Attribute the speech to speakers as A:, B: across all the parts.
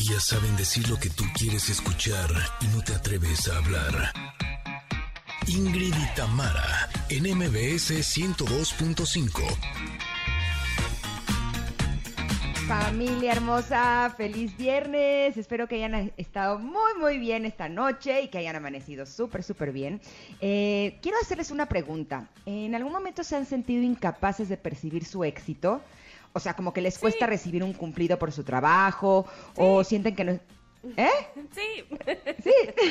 A: Ellas saben decir lo que tú quieres escuchar y no te atreves a hablar. Ingrid y Tamara, en MBS 102.5.
B: Familia hermosa, feliz viernes. Espero que hayan estado muy bien esta noche y que hayan amanecido súper bien. Quiero hacerles una pregunta. ¿En algún momento se han sentido incapaces de percibir su éxito? O sea, como que les cuesta recibir un cumplido por su trabajo, o sienten que no... ¿Eh? Sí.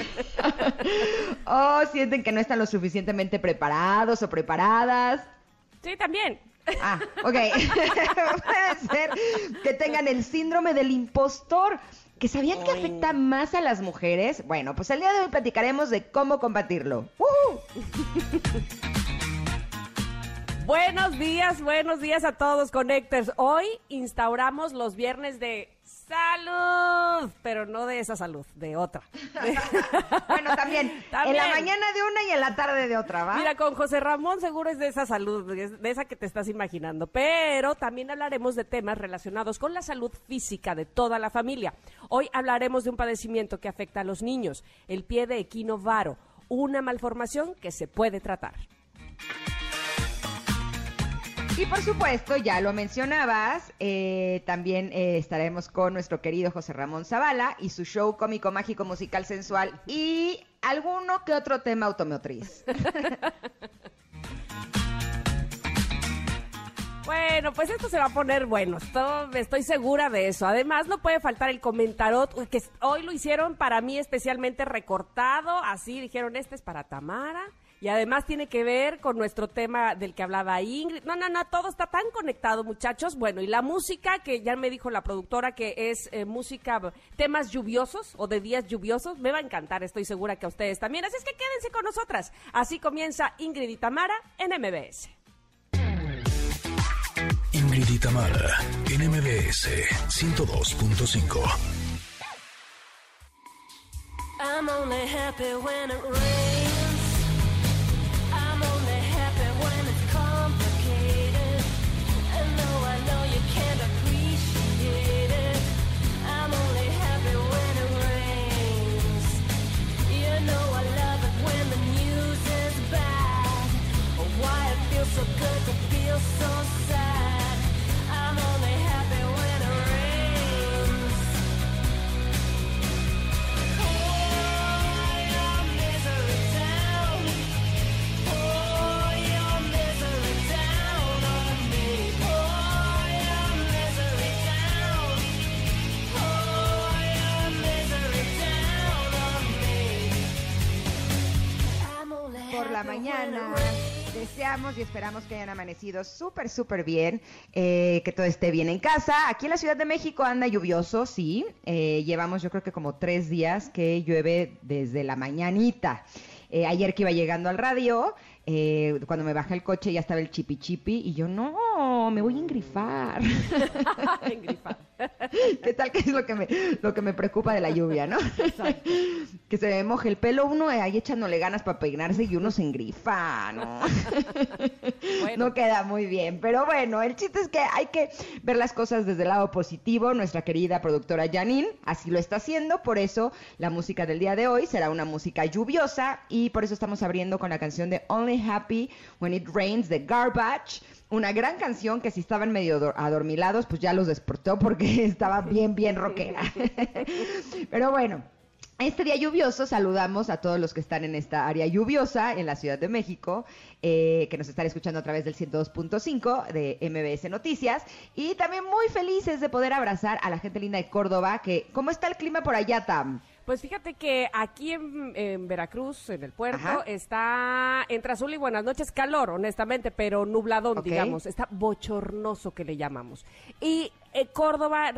B: O sienten que no están lo suficientemente preparados o preparadas.
C: Sí, también.
B: Ah, ok. Puede ser que tengan el síndrome del impostor, que sabían que afecta más a las mujeres. Bueno, pues el día de hoy platicaremos de cómo combatirlo.
C: Buenos días a todos, Connectors. Hoy instauramos los viernes de salud, pero no de esa salud, de otra.
B: Bueno, también. En la mañana de una y en la tarde de otra, ¿va?
C: Mira, con José Ramón seguro es de esa salud, de esa que te estás imaginando, pero también hablaremos de temas relacionados con la salud física de toda la familia. Hoy hablaremos de un padecimiento que afecta a los niños, el pie de equino varo, una malformación que se puede tratar.
B: Y por supuesto, ya lo mencionabas, también estaremos con nuestro querido José Ramón Zavala y su show cómico, mágico, musical, sensual y alguno que otro tema automotriz.
C: Bueno, pues esto se va a poner bueno, estoy segura de eso. Además, no puede faltar el comentario, que hoy lo hicieron para mí especialmente recortado, así dijeron, este es para Tamara. Y además tiene que ver con nuestro tema del que hablaba Ingrid. No, todo está tan conectado, muchachos. Bueno, y la música, que ya me dijo la productora que es música, temas lluviosos o de días lluviosos, me va a encantar, estoy segura que a ustedes también. Así es que quédense con nosotras. Así comienza Ingrid y Tamara en MBS.
A: Ingrid y Tamara, en MBS 102.5.
D: I'm only happy when it rains. I'm only happy when it's complicated. And no, I know you can't appreciate it. I'm only happy when it rains. You know I love it when the news is bad. Oh, why it feels so good to feel so sad. I'm only happy when it rains. Oh, your misery down. Oh, your misery down on me. Oh, your misery down. Oh, your misery down on me. I'm only
B: Por la
D: happy when
B: mañana
D: it rains.
B: deseamos y esperamos que hayan amanecido súper bien, que todo esté bien en casa. Aquí en la Ciudad de México anda lluvioso, sí. Llevamos yo creo que como 3 días que llueve desde la mañanita. Ayer que iba llegando al radio, cuando me bajé el coche ya estaba el chipi y yo, no, me voy a engrifar.
C: Engrifar.
B: ¿Qué tal que es lo que me preocupa de la lluvia, no?
C: Exacto.
B: Que se me moje el pelo, uno ahí echándole ganas para peinarse y uno se engrifa, ¿no?
C: Bueno.
B: No queda muy bien, pero bueno, el chiste es que hay que ver las cosas desde el lado positivo. Nuestra querida productora Janine así lo está haciendo, por eso la música del día de hoy será una música lluviosa y por eso estamos abriendo con la canción de Only Happy When It Rains de Garbage. Una gran canción que si estaban medio adormilados, pues ya los despertó porque estaba bien rockera. Pero bueno, este día lluvioso saludamos a todos los que están en esta área lluviosa en la Ciudad de México, que nos están escuchando a través del 102.5 de MBS Noticias, y también muy felices de poder abrazar a la gente linda de Córdoba, que ¿cómo está el clima por allá, Tam?
C: Pues fíjate que aquí en Veracruz, en el puerto,
B: Ajá.
C: está entre azul y buenas noches, calor, honestamente, pero nubladón,
B: Ok.
C: digamos. Está bochornoso, que le llamamos. Y Córdoba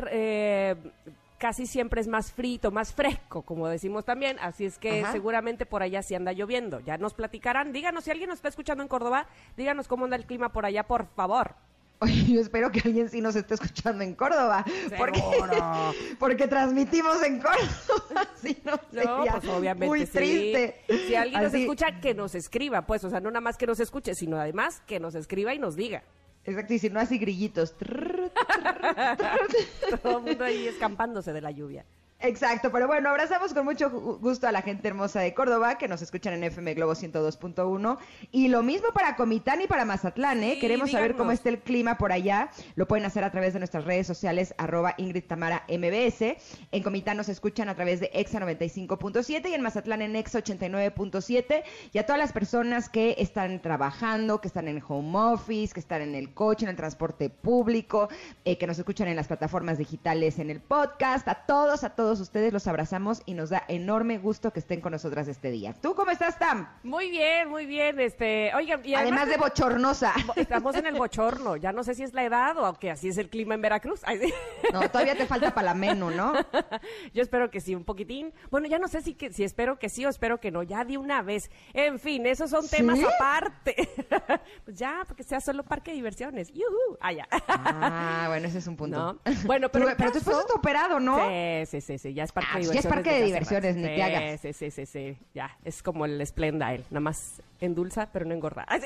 C: casi siempre es más frito, más fresco, como decimos también. Así es que
B: Ajá.
C: seguramente por allá sí anda lloviendo. Ya nos platicarán. Díganos, si alguien nos está escuchando en Córdoba, díganos cómo anda el clima por allá, por favor.
B: Oye, yo espero que alguien sí nos esté escuchando en Córdoba.
C: Seguro.
B: Porque transmitimos en Córdoba. Si no,
C: No,
B: sería
C: pues obviamente
B: muy
C: sí.
B: triste.
C: Si alguien nos
B: Así-
C: escucha, que nos escriba, pues, o sea, no nada más que nos escuche, sino además que nos escriba y nos diga.
B: Exacto, y si no así grillitos.
C: Todo el mundo ahí escampándose de la lluvia.
B: Exacto, pero bueno, abrazamos con mucho gusto a la gente hermosa de Córdoba que nos escuchan en FM Globo 102.1 y lo mismo para Comitán y para Mazatlán, ¿eh?
C: Sí,
B: Queremos saber cómo
C: díganos.
B: está el clima por allá, lo pueden hacer a través de nuestras redes sociales, @Ingrid Tamara MBS, en Comitán nos escuchan a través de Exa 95.7 y en Mazatlán en Exa 89.7 y a todas las personas que están trabajando, que están en home office, que están en el coche, en el transporte público, que nos escuchan en las plataformas digitales, en el podcast, a todos ustedes los abrazamos y nos da enorme gusto que estén con nosotras este día. ¿Tú cómo estás, Tam?
C: Muy bien, muy bien. Oigan, y
B: Además de bochornosa.
C: estamos en el bochorno. Ya no sé si es la edad o que así es el clima en Veracruz. Ay, sí.
B: No, todavía te falta palameno, ¿no?
C: Yo espero que sí, un poquitín. Bueno, ya no sé si espero que sí o espero que no. Ya de una vez. En fin, esos son temas
B: ¿Sí?
C: aparte. Pues ya, porque sea solo parque de diversiones. ¡Yujú! Ah, ya.
B: Ah, bueno, ese es un punto.
C: No. Bueno, pero
B: Pero tu esposo está operado, ¿no?
C: Sí, ya es parque de
B: Ah, ya
C: diversiones.
B: es parque de
C: desde hace
B: diversiones,
C: rato.
B: ni te hagas.
C: Sí, ya, es como el Splenda él, nada más endulza, pero no engorda. Ay,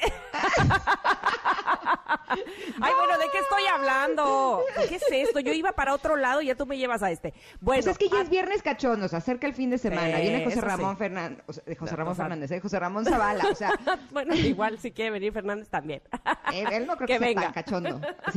C: bueno, ¿de qué estoy hablando? ¿Qué es esto? Yo iba para otro lado y ya tú me llevas a este. Bueno,
B: Pues es que ya es viernes cachondo, se acerca el fin de semana,
C: Sí,
B: viene José
C: eso
B: Ramón
C: sí.
B: Fernández, José Ramón
C: O sea,
B: Fernández, José Ramón Zavala, o sea,
C: bueno, igual si quiere venir Fernández también.
B: él no creo
C: Que
B: que sea
C: venga.
B: tan cachondo. Sí.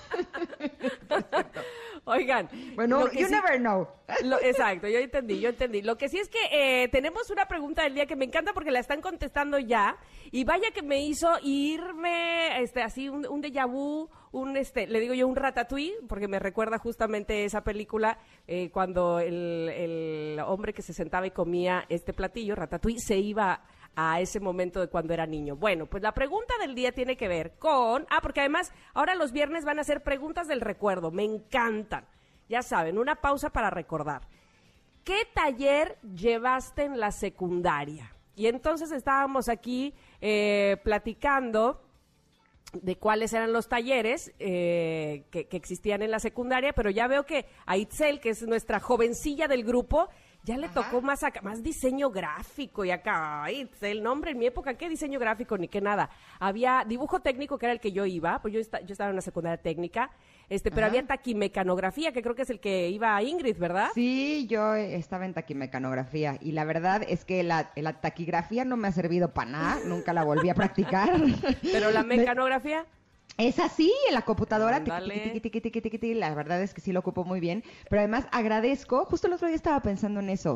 C: Oigan.
B: Bueno,
C: lo que
B: you
C: sí-
B: never know.
C: Exacto, yo entendí. Lo que sí es que tenemos una pregunta del día que me encanta porque la están contestando ya. Y vaya que me hizo irme, así, un déjà vu, le digo yo un ratatouille, porque me recuerda justamente esa película cuando el hombre que se sentaba y comía este platillo, ratatouille, se iba a ese momento de cuando era niño. Bueno, pues la pregunta del día tiene que ver con... porque además ahora los viernes van a ser preguntas del recuerdo, me encantan. Ya saben, una pausa para recordar. ¿Qué taller llevaste en la secundaria? Y entonces estábamos aquí platicando de cuáles eran los talleres que existían en la secundaria, pero ya veo que a Itzel, que es nuestra jovencilla del grupo, ya le tocó más diseño gráfico y acá, ay, Itzel, no hombre, en mi época, ¿qué diseño gráfico? Ni qué nada. Había dibujo técnico, que era el que yo iba, pues yo estaba en una secundaria técnica, pero había taquimecanografía, que creo que es el que iba a Ingrid, ¿verdad?
B: Sí, yo estaba en taquimecanografía y la verdad es que la taquigrafía no me ha servido para nada, nunca la volví a practicar.
C: Pero la mecanografía...
B: Es así, en la computadora,
C: Ándale.
B: tiqui, la verdad es que sí lo ocupo muy bien, pero además agradezco, justo el otro día estaba pensando en eso,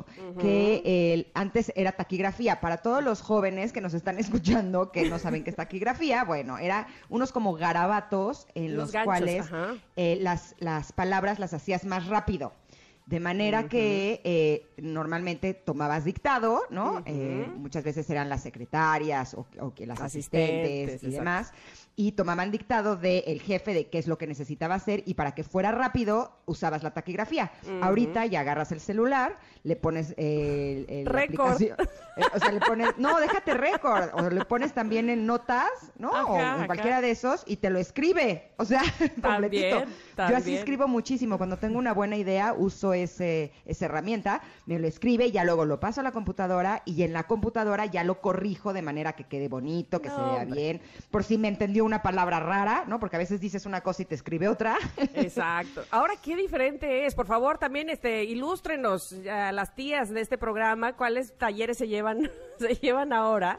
B: que antes era taquigrafía, para todos los jóvenes que nos están escuchando, que no saben qué es taquigrafía, bueno, era unos como garabatos en los
C: ganchos,
B: cuales
C: ajá.
B: las palabras las hacías más rápido. De manera que normalmente tomabas dictado, ¿no? Muchas veces eran las secretarias o que las asistentes y
C: exacto.
B: demás. Y tomaban dictado del jefe de qué es lo que necesitaba hacer y para que fuera rápido usabas la taquigrafía. Ahorita ya agarras el celular, le pones la
C: Récord.
B: aplicación, o sea, le pones, no, déjate récord, o le pones también en notas, ¿no?
C: Ajá,
B: o en
C: ajá.
B: cualquiera de esos y te lo escribe, o sea, completito. Yo así
C: también.
B: escribo muchísimo, cuando tengo una buena idea uso esa herramienta, me lo escribe, ya luego lo paso a la computadora y en la computadora ya lo corrijo de manera que quede bonito, que
C: No,
B: se vea
C: hombre.
B: bien, por si me entendió una palabra rara, ¿no? Porque a veces dices una cosa y te escribe otra.
C: Exacto. Ahora, qué diferente es. Por favor, también ilústrenos a las tías de este programa cuáles talleres se llevan ahora.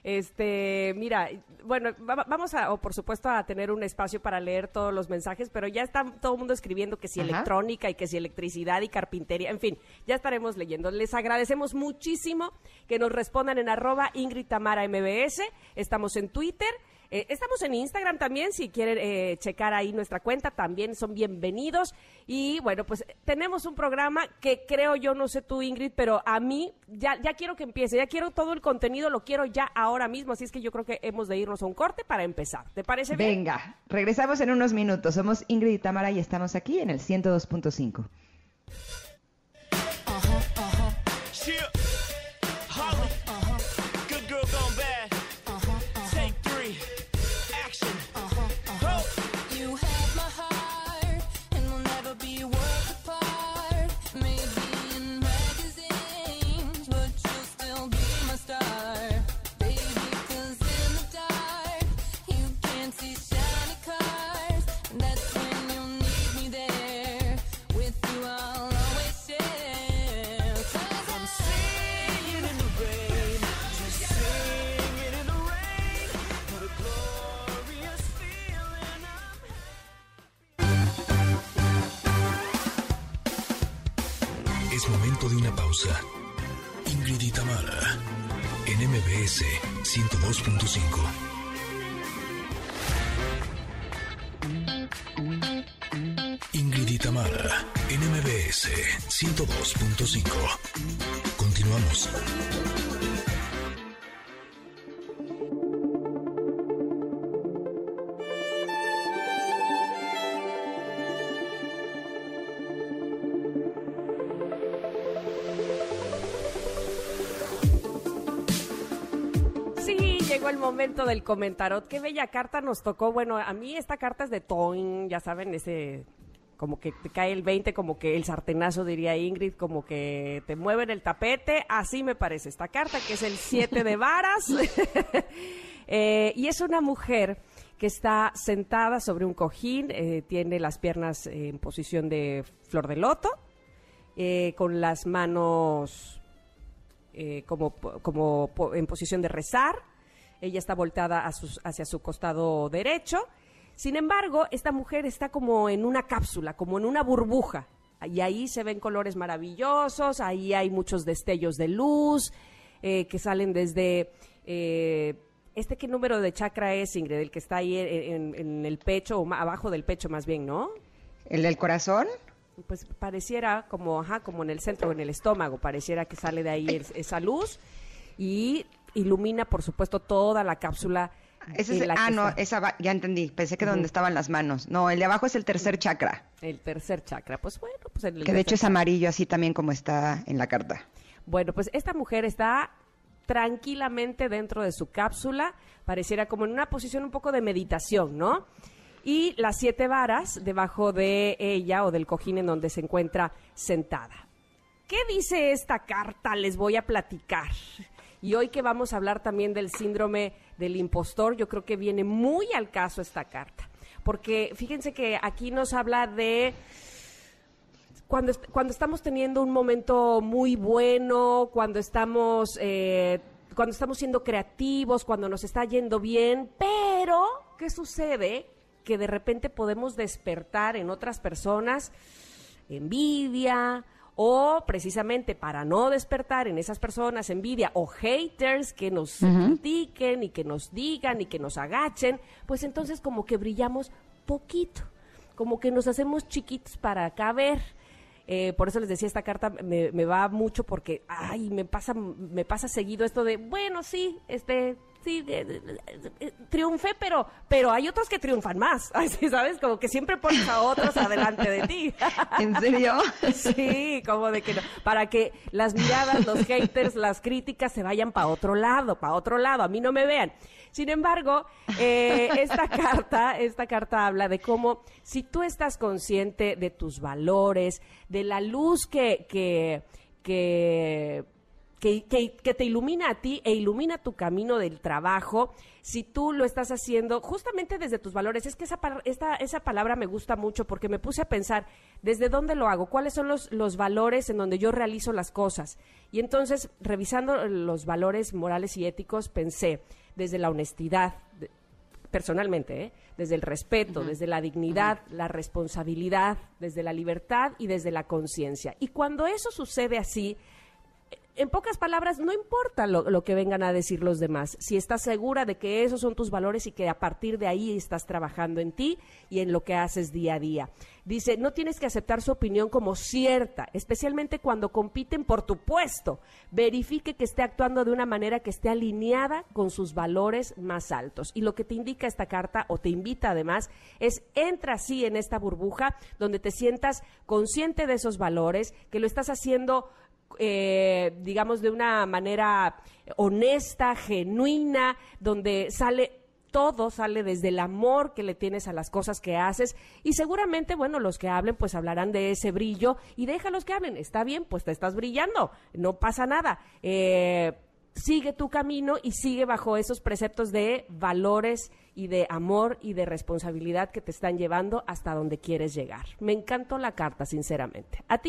C: Mira, bueno, vamos por supuesto, a tener un espacio para leer todos los mensajes, pero ya está todo el mundo escribiendo que si
B: Ajá.
C: electrónica y que si electricidad y carpintería, en fin, ya estaremos leyendo. Les agradecemos muchísimo que nos respondan en @Ingrid Tamara MBS, estamos en Twitter. Estamos en Instagram también, si quieren checar ahí nuestra cuenta, también son bienvenidos. Y bueno, pues tenemos un programa que creo yo, no sé tú, Ingrid, pero a mí ya quiero que empiece, ya quiero todo el contenido, lo quiero ya ahora mismo, así es que yo creo que hemos de irnos a un corte para empezar. ¿Te parece bien?
B: Venga, regresamos en unos minutos. Somos Ingrid y Tamara y estamos aquí en el 102.5.
E: Shit. Holly. Good girl gone bad. Take 3. Action. Go.
D: You have my heart, and we'll never be worlds apart. Maybe in magazines, but you'll still be my star. Baby, 'cause in the dark, you can't see shiny cars. That's when you'll need me there. With you, I'll always share.
A: Es momento de una pausa. Ingrid y Tamara, en MBS 102.5. Ingrid y Tamara, en MBS 102.5. Continuamos.
C: Llegó el momento del comentarot. Qué bella carta nos tocó. Bueno, a mí esta carta es de Toin, ya saben, ese como que te cae el 20, como que el sartenazo, diría Ingrid, como que te mueven el tapete. Así me parece esta carta, que es el 7 de varas. Y es una mujer que está sentada sobre un cojín, tiene las piernas en posición de flor de loto, con las manos como en posición de rezar. Ella está voltada hacia su costado derecho. Sin embargo, esta mujer está como en una cápsula, como en una burbuja. Y ahí se ven colores maravillosos, ahí hay muchos destellos de luz que salen desde... ¿qué número de chakra es, Ingrid? El que está ahí en el pecho, o abajo del pecho más bien, ¿no?
B: ¿El del corazón?
C: Pues pareciera como en el centro, en el estómago, pareciera que sale de ahí esa luz y ilumina, por supuesto, toda la cápsula.
B: Ya entendí. Pensé que donde estaban las manos. No, el de abajo es el tercer chakra.
C: El tercer chakra, pues bueno.
B: Que de hecho es amarillo, así también como está en la carta.
C: Bueno, pues esta mujer está tranquilamente dentro de su cápsula, pareciera como en una posición un poco de meditación, ¿no? Y las 7 varas debajo de ella o del cojín en donde se encuentra sentada. ¿Qué dice esta carta? Les voy a platicar. Y hoy que vamos a hablar también del síndrome del impostor, yo creo que viene muy al caso esta carta. Porque fíjense que aquí nos habla de cuando estamos teniendo un momento muy bueno, cuando estamos siendo creativos, cuando nos está yendo bien, pero ¿qué sucede? Que de repente podemos despertar en otras personas envidia, o precisamente para no despertar en esas personas envidia o haters que nos critiquen y que nos digan y que nos agachen, pues entonces como que brillamos poquito, como que nos hacemos chiquitos para caber. Por eso les decía, esta carta me va mucho porque me pasa seguido esto de, bueno, sí, triunfé, pero hay otros que triunfan más, así, ¿sabes? Como que siempre pones a otros adelante de ti.
B: ¿En serio?
C: Sí, como de que no, para que las miradas, los haters, las críticas se vayan para otro lado, a mí no me vean. Sin embargo, esta carta habla de cómo si tú estás consciente de tus valores, de la luz que te ilumina a ti e ilumina tu camino del trabajo, si tú lo estás haciendo justamente desde tus valores. Es que esa palabra me gusta mucho porque me puse a pensar, ¿desde dónde lo hago? ¿Cuáles son los valores en donde yo realizo las cosas? Y entonces, revisando los valores morales y éticos, pensé, desde la honestidad, personalmente, desde el respeto, desde la dignidad, la responsabilidad, desde la libertad y desde la conciencia. Y cuando eso sucede así, en pocas palabras, no importa lo que vengan a decir los demás, si estás segura de que esos son tus valores y que a partir de ahí estás trabajando en ti y en lo que haces día a día. Dice, no tienes que aceptar su opinión como cierta, especialmente cuando compiten por tu puesto. Verifique que esté actuando de una manera que esté alineada con sus valores más altos. Y lo que te indica esta carta, o te invita además, es entra así en esta burbuja donde te sientas consciente de esos valores, que lo estás haciendo digamos de una manera honesta, genuina, donde todo sale desde el amor que le tienes a las cosas que haces, y seguramente, bueno, los que hablen pues hablarán de ese brillo, y déjalos que hablen, está bien, pues te estás brillando, no pasa nada, sigue tu camino y sigue bajo esos preceptos de valores y de amor y de responsabilidad que te están llevando hasta donde quieres llegar. Me encantó la carta, sinceramente. ¿A ti?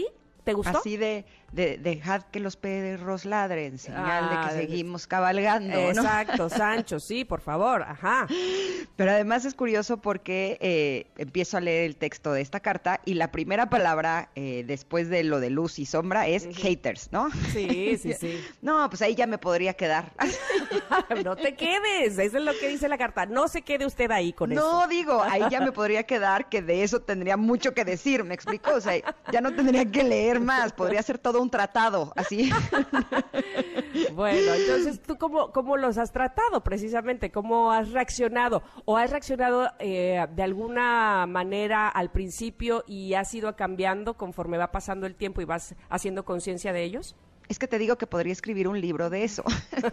C: ¿Te gustó?
B: Así de dejad que los perros ladren, señal de que
C: de-
B: seguimos cabalgando, ¿no?
C: Exacto, Sancho, sí, por favor, ajá.
B: Pero además es curioso porque empiezo a leer el texto de esta carta y la primera palabra después de lo de luz y sombra es haters, ¿no?
C: Sí, sí, sí.
B: No, pues ahí ya me podría quedar.
C: No te quedes, eso es lo que dice la carta. No se quede usted ahí con eso.
B: No, digo, ahí ya me podría quedar, que de eso tendría mucho que decir, ¿me explico? O sea, ya no tendría que leer más, podría ser todo un tratado, así.
C: Bueno, entonces, ¿tú cómo los has tratado precisamente? ¿Cómo has reaccionado? ¿O has reaccionado de alguna manera al principio y has ido cambiando conforme va pasando el tiempo y vas haciendo conciencia de ellos?
B: Es que te digo que podría escribir un libro de eso.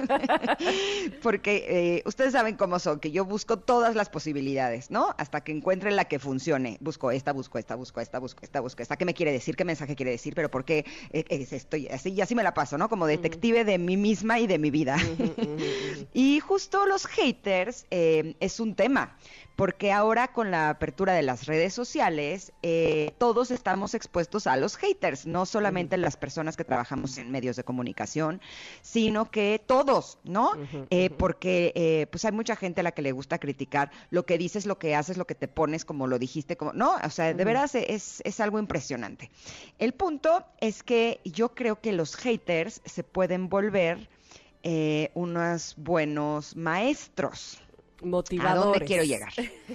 B: Porque ustedes saben cómo son, que yo busco todas las posibilidades, ¿no? Hasta que encuentre la que funcione. Busco esta, busco esta, busco esta, busco esta, busco esta. ¿Qué me quiere decir? ¿Qué mensaje quiere decir? ¿Pero por qué estoy así? Y así me la paso, ¿no? Como detective de mí misma y de mi vida. Y justo los haters es un tema. Porque ahora con la apertura de las redes sociales, todos estamos expuestos a los haters, no solamente las personas que trabajamos en medios de comunicación, sino que todos, ¿no? Porque pues hay mucha gente a la que le gusta criticar lo que dices, lo que haces, lo que te pones, como lo dijiste, como no, o sea, de veras es algo impresionante. El punto es que yo creo que los haters se pueden volver unos buenos maestros.
C: Motivadores.
B: ¿A dónde quiero llegar?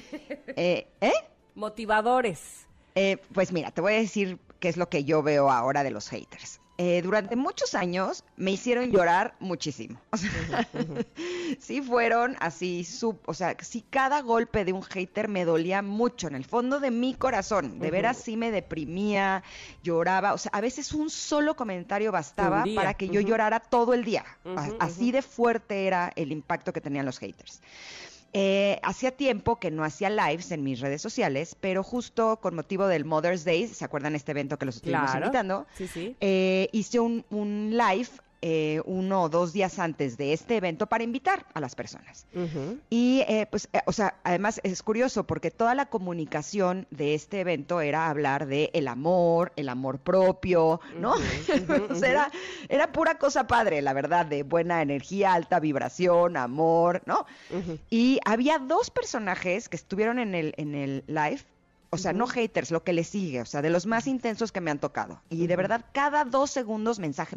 C: Motivadores.
B: Pues mira, te voy a decir qué es lo que yo veo ahora de los haters. Durante muchos años me hicieron llorar muchísimo. O sea, sí fueron así, o sea, sí cada golpe de un hater me dolía mucho en el fondo de mi corazón. De veras sí me deprimía, lloraba. O sea, a veces un solo comentario bastaba para que yo llorara todo el día. Así de fuerte era el impacto que tenían los haters. Hacía tiempo que no hacía lives en mis redes sociales, pero justo con motivo del Mother's Day, ¿se acuerdan este evento que los estuvimos invitando?
C: Sí, sí.
B: Hice un live 1 o 2 días antes de este evento para invitar a las personas. Y pues, o sea, además es curioso porque toda la comunicación de este evento era hablar de el amor propio, ¿no? O sea, era pura cosa padre, la verdad, de buena energía, alta vibración, amor, ¿no? Y había 2 personajes que estuvieron en el live. O sea, no haters, lo que le sigue, o sea, de los más intensos que me han tocado. Y de verdad, cada 2 segundos, mensaje.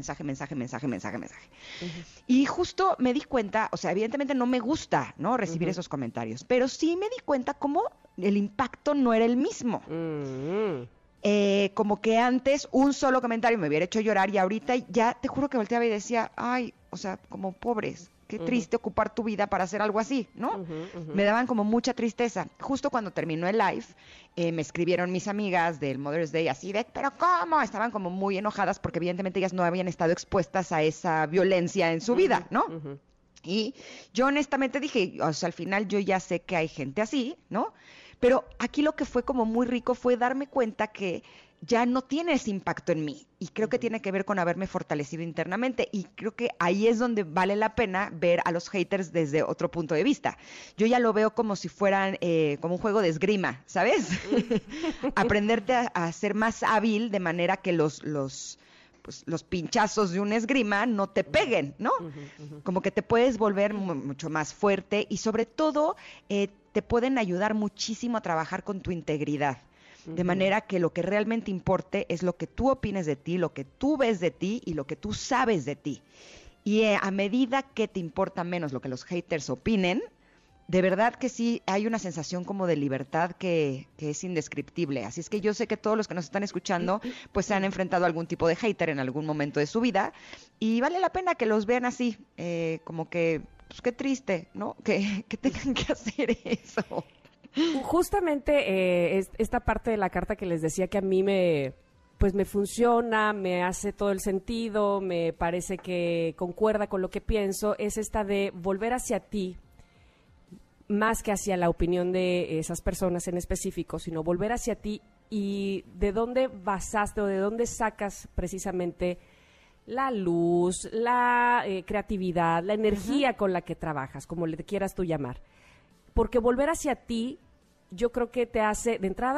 B: Y justo me di cuenta, o sea, evidentemente no me gusta, ¿no? Recibir esos comentarios, pero sí me di cuenta cómo el impacto no era el mismo. Como que antes un solo comentario me hubiera hecho llorar y ahorita ya te juro que volteaba y decía, ay, o sea, como pobres. Qué triste ocupar tu vida para hacer algo así, ¿no? Me daban como mucha tristeza. Justo cuando terminó el live, me escribieron mis amigas del Mother's Day así de, ¿pero cómo? Estaban como muy enojadas porque evidentemente ellas no habían estado expuestas a esa violencia en su vida, ¿no? Y yo honestamente dije, o sea, al final yo ya sé que hay gente así, ¿no? Pero aquí lo que fue como muy rico fue darme cuenta que ya no tiene ese impacto en mí. Y creo que tiene que ver con haberme fortalecido internamente. Y creo que ahí es donde vale la pena ver a los haters desde otro punto de vista. Yo ya lo veo como si fueran como un juego de esgrima, ¿sabes? Aprenderte a ser más hábil de manera que los pinchazos de un esgrima no te peguen, ¿no? Como que te puedes volver mucho más fuerte y sobre todo te pueden ayudar muchísimo a trabajar con tu integridad. De manera que lo que realmente importe es lo que tú opines de ti, lo que tú ves de ti y lo que tú sabes de ti. Y a medida que te importa menos lo que los haters opinen, de verdad que sí hay una sensación como de libertad que es indescriptible. Así es que yo sé que todos los que nos están escuchando pues se han enfrentado a algún tipo de hater en algún momento de su vida y vale la pena que los vean así, como que, pues qué triste, ¿no? Que tengan que hacer eso.
C: Justamente esta parte de la carta que les decía que a mí me funciona, me hace todo el sentido, me parece que concuerda con lo que pienso, es esta de volver hacia ti, más que hacia la opinión de esas personas en específico, sino volver hacia ti y de dónde basaste o de dónde sacas precisamente la luz, la creatividad, la energía con la que trabajas, como le quieras tú llamar. Porque volver hacia ti, yo creo que te hace, de entrada,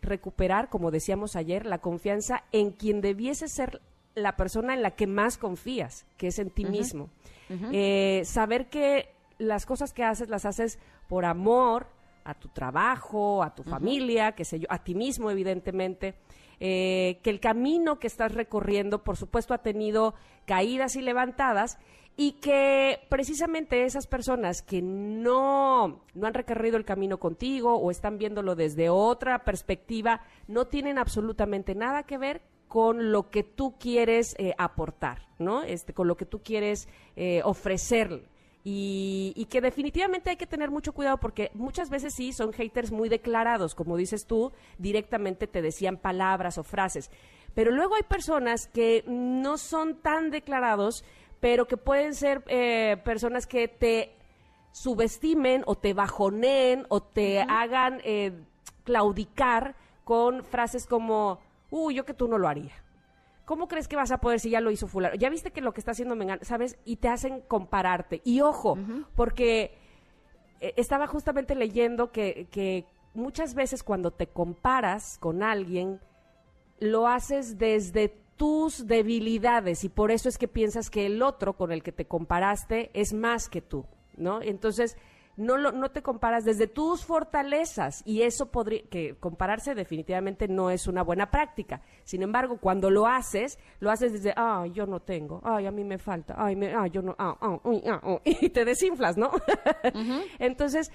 C: recuperar, como decíamos ayer, la confianza en quien debiese ser la persona en la que más confías, que es en ti mismo. Saber que las cosas que haces, las haces por amor a tu trabajo, a tu familia, qué sé yo, a ti mismo, evidentemente. Que el camino que estás recorriendo, por supuesto, ha tenido caídas y levantadas, y que precisamente esas personas que no han recorrido el camino contigo o están viéndolo desde otra perspectiva, no tienen absolutamente nada que ver con lo que tú quieres aportar, ¿no? Con lo que tú quieres ofrecerle. Y que definitivamente hay que tener mucho cuidado, porque muchas veces sí son haters muy declarados, como dices tú, directamente te decían palabras o frases. Pero luego hay personas que no son tan declarados, pero que pueden ser personas que te subestimen o te bajoneen o te hagan claudicar con frases como, yo que tú no lo haría. ¿Cómo crees que vas a poder si ya lo hizo fulano? ¿Ya viste que lo que está haciendo Mengano, sabes? Y te hacen compararte. Y ojo, porque estaba justamente leyendo que muchas veces cuando te comparas con alguien, lo haces desde tus debilidades, y por eso es que piensas que el otro con el que te comparaste es más que tú, ¿no? Entonces, no te comparas desde tus fortalezas, y eso que compararse definitivamente no es una buena práctica. Sin embargo, cuando lo haces desde, yo no tengo, a mí me falta, yo no, y te desinflas, ¿no? Entonces,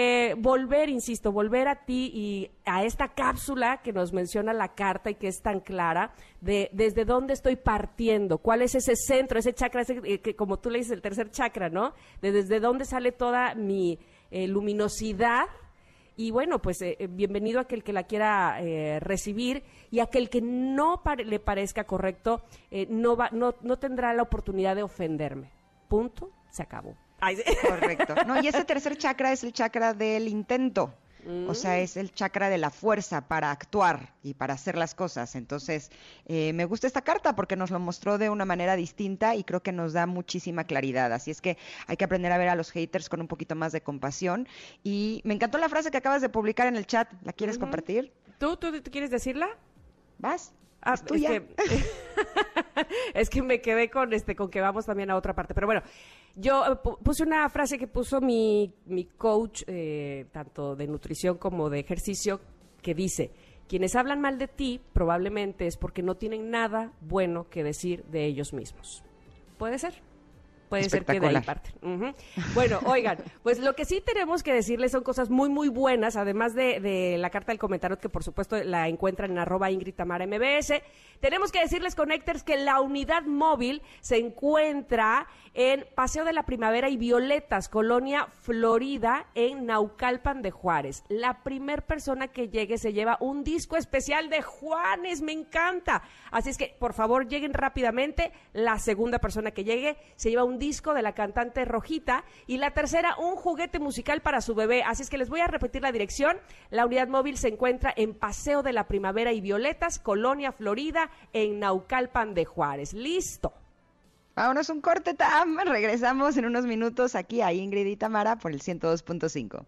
C: volver a ti y a esta cápsula que nos menciona la carta y que es tan clara, desde dónde estoy partiendo, cuál es ese centro, ese chakra, que como tú le dices, el tercer chakra, ¿no? Desde dónde sale toda mi luminosidad. Y bueno, pues bienvenido a aquel que la quiera recibir, y aquel que no le parezca correcto, no tendrá la oportunidad de ofenderme. Punto, se acabó.
B: Correcto. No, y ese tercer chakra es el chakra del intento. O sea, es el chakra de la fuerza para actuar y para hacer las cosas. Entonces, me gusta esta carta porque nos lo mostró de una manera distinta y creo que nos da muchísima claridad. Así es que hay que aprender a ver a los haters con un poquito más de compasión. Y me encantó la frase que acabas de publicar en el chat. ¿La quieres compartir?
C: ¿Tú quieres decirla?
B: ¿Vas? Es tuya.
C: Es que me quedé con que vamos también a otra parte. Pero bueno, yo puse una frase que puso mi coach, tanto de nutrición como de ejercicio, que dice: quienes hablan mal de ti probablemente es porque no tienen nada bueno que decir de ellos mismos. ¿Puede ser? Puede ser que de ahí parten. Bueno, oigan, pues lo que sí tenemos que decirles son cosas muy, muy buenas, además de la carta del comentario, que por supuesto la encuentran en @IngridTamaraMBS. Tenemos que decirles, Connectors, que la unidad móvil se encuentra en Paseo de la Primavera y Violetas, Colonia Florida, en Naucalpan de Juárez. La primer persona que llegue se lleva un disco especial de Juanes, me encanta. Así es que, por favor, lleguen rápidamente. La segunda persona que llegue se lleva un disco de la cantante Rojita, y la tercera, un juguete musical para su bebé. Así es que les voy a repetir la dirección. La unidad móvil se encuentra en Paseo de la Primavera y Violetas, Colonia Florida, en Naucalpan de Juárez. ¡Listo!
B: Vámonos un corte, Tam. Regresamos en unos minutos aquí a Ingrid y Tamara por el 102.5.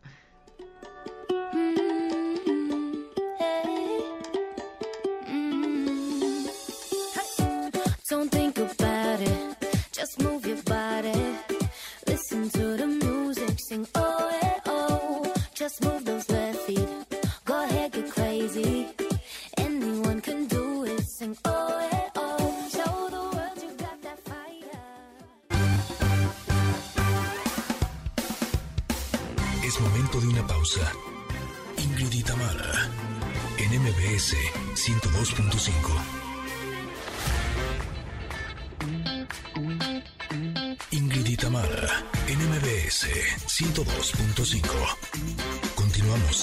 D: Don't think about it, just move your body. Listen to the music, sing oh, just move those left feet. Go ahead, get crazy. Anyone can do it, sing oh, show the world you got that fire.
A: Es momento de una pausa. Ingrid y Tamara, en MBS 102.5. Ingrid y Tamara, en MBS 102.5. Continuamos.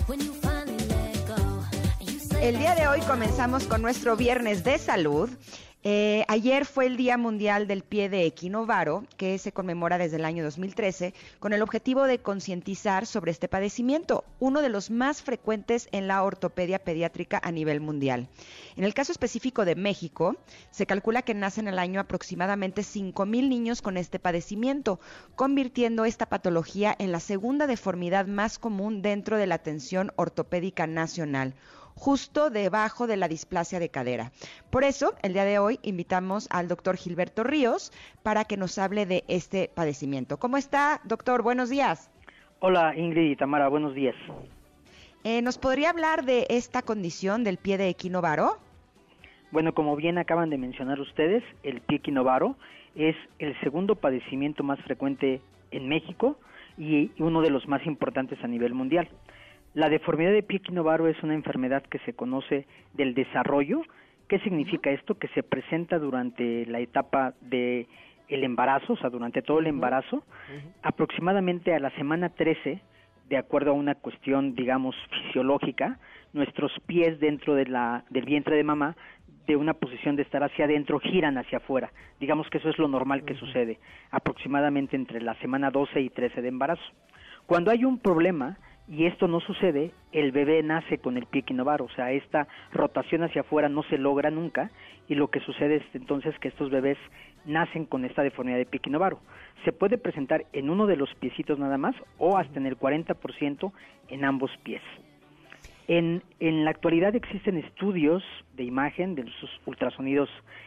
B: El día de hoy comenzamos con nuestro viernes de salud Ayer fue el Día Mundial del Pie de Equinovaro, que se conmemora desde el año 2013, con el objetivo de concientizar sobre este padecimiento, uno de los más frecuentes en la ortopedia pediátrica a nivel mundial. En el caso específico de México, se calcula que nacen al año aproximadamente 5,000 niños con este padecimiento, convirtiendo esta patología en la segunda deformidad más común dentro de la atención ortopédica nacional, justo debajo de la displasia de cadera. Por eso, el día de hoy invitamos al doctor Gilberto Ríos para que nos hable de este padecimiento. ¿Cómo está, doctor? Buenos días.
F: Hola, Ingrid y Tamara, buenos días.
B: ¿Nos podría hablar de esta condición del pie de equinovaro?
F: Bueno, como bien acaban de mencionar ustedes, el pie equinovaro es el segundo padecimiento más frecuente en México y uno de los más importantes a nivel mundial. La deformidad de pie equinovaro es una enfermedad que se conoce del desarrollo. ¿Qué significa esto? Que se presenta durante la etapa de el embarazo, o sea, durante todo el embarazo, aproximadamente a la semana 13, de acuerdo a una cuestión, digamos, fisiológica, nuestros pies dentro de del vientre de mamá, de una posición de estar hacia adentro, giran hacia afuera. Digamos que eso es lo normal que sucede, aproximadamente entre la semana 12 y 13 de embarazo. Cuando hay un problema y esto no sucede, el bebé nace con el pie equinovaro, o sea, esta rotación hacia afuera no se logra nunca, y lo que sucede es entonces que estos bebés nacen con esta deformidad de pie equinovaro. Se puede presentar en uno de los piecitos nada más, o hasta en el 40% en ambos pies. En la actualidad existen estudios de imagen, de sus ultrasonidos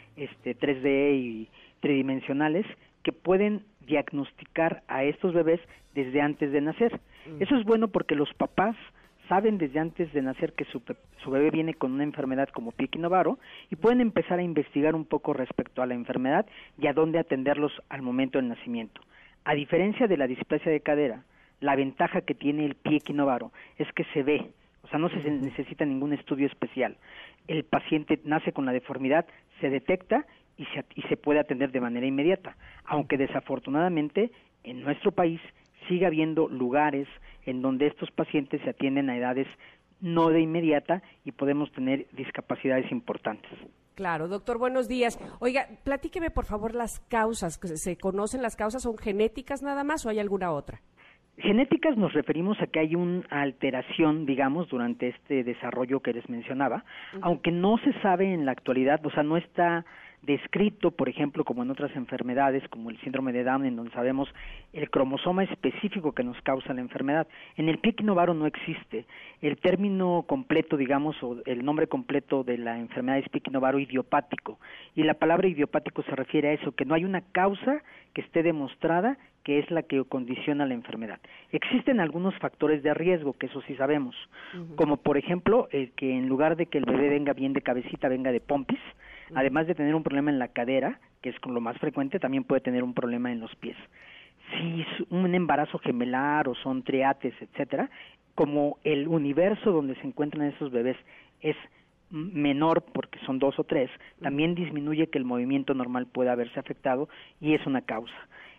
F: 3D y tridimensionales, que pueden diagnosticar a estos bebés desde antes de nacer. Eso es bueno porque los papás saben desde antes de nacer que su bebé viene con una enfermedad como pie equinovaro y pueden empezar a investigar un poco respecto a la enfermedad y a dónde atenderlos al momento del nacimiento. A diferencia de la displasia de cadera, la ventaja que tiene el pie equinovaro es que se ve, o sea, no se necesita ningún estudio especial. El paciente nace con la deformidad, se detecta y se puede atender de manera inmediata, aunque desafortunadamente en nuestro país sigue habiendo lugares en donde estos pacientes se atienden a edades no de inmediata y podemos tener discapacidades importantes.
C: Claro, doctor, buenos días. Oiga, platíqueme por favor las causas. ¿Se conocen las causas? ¿Son genéticas nada más o hay alguna otra?
F: Genéticas nos referimos a que hay una alteración, digamos, durante este desarrollo que les mencionaba, aunque no se sabe en la actualidad, o sea, no está descrito, por ejemplo, como en otras enfermedades, como el síndrome de Down, en donde sabemos el cromosoma específico que nos causa la enfermedad. En el pie equinovaro no existe. El término completo, digamos, o el nombre completo de la enfermedad es pie equinovaro idiopático, y la palabra idiopático se refiere a eso, que no hay una causa que esté demostrada que es la que condiciona la enfermedad. Existen algunos factores de riesgo, que eso sí sabemos, como por ejemplo, que en lugar de que el bebé venga bien de cabecita, venga de pompis, además de tener un problema en la cadera, que es lo más frecuente, también puede tener un problema en los pies. Si es un embarazo gemelar o son triates, etcétera, como el universo donde se encuentran esos bebés es menor porque son 2 o 3, también disminuye que el movimiento normal pueda haberse afectado y es una causa.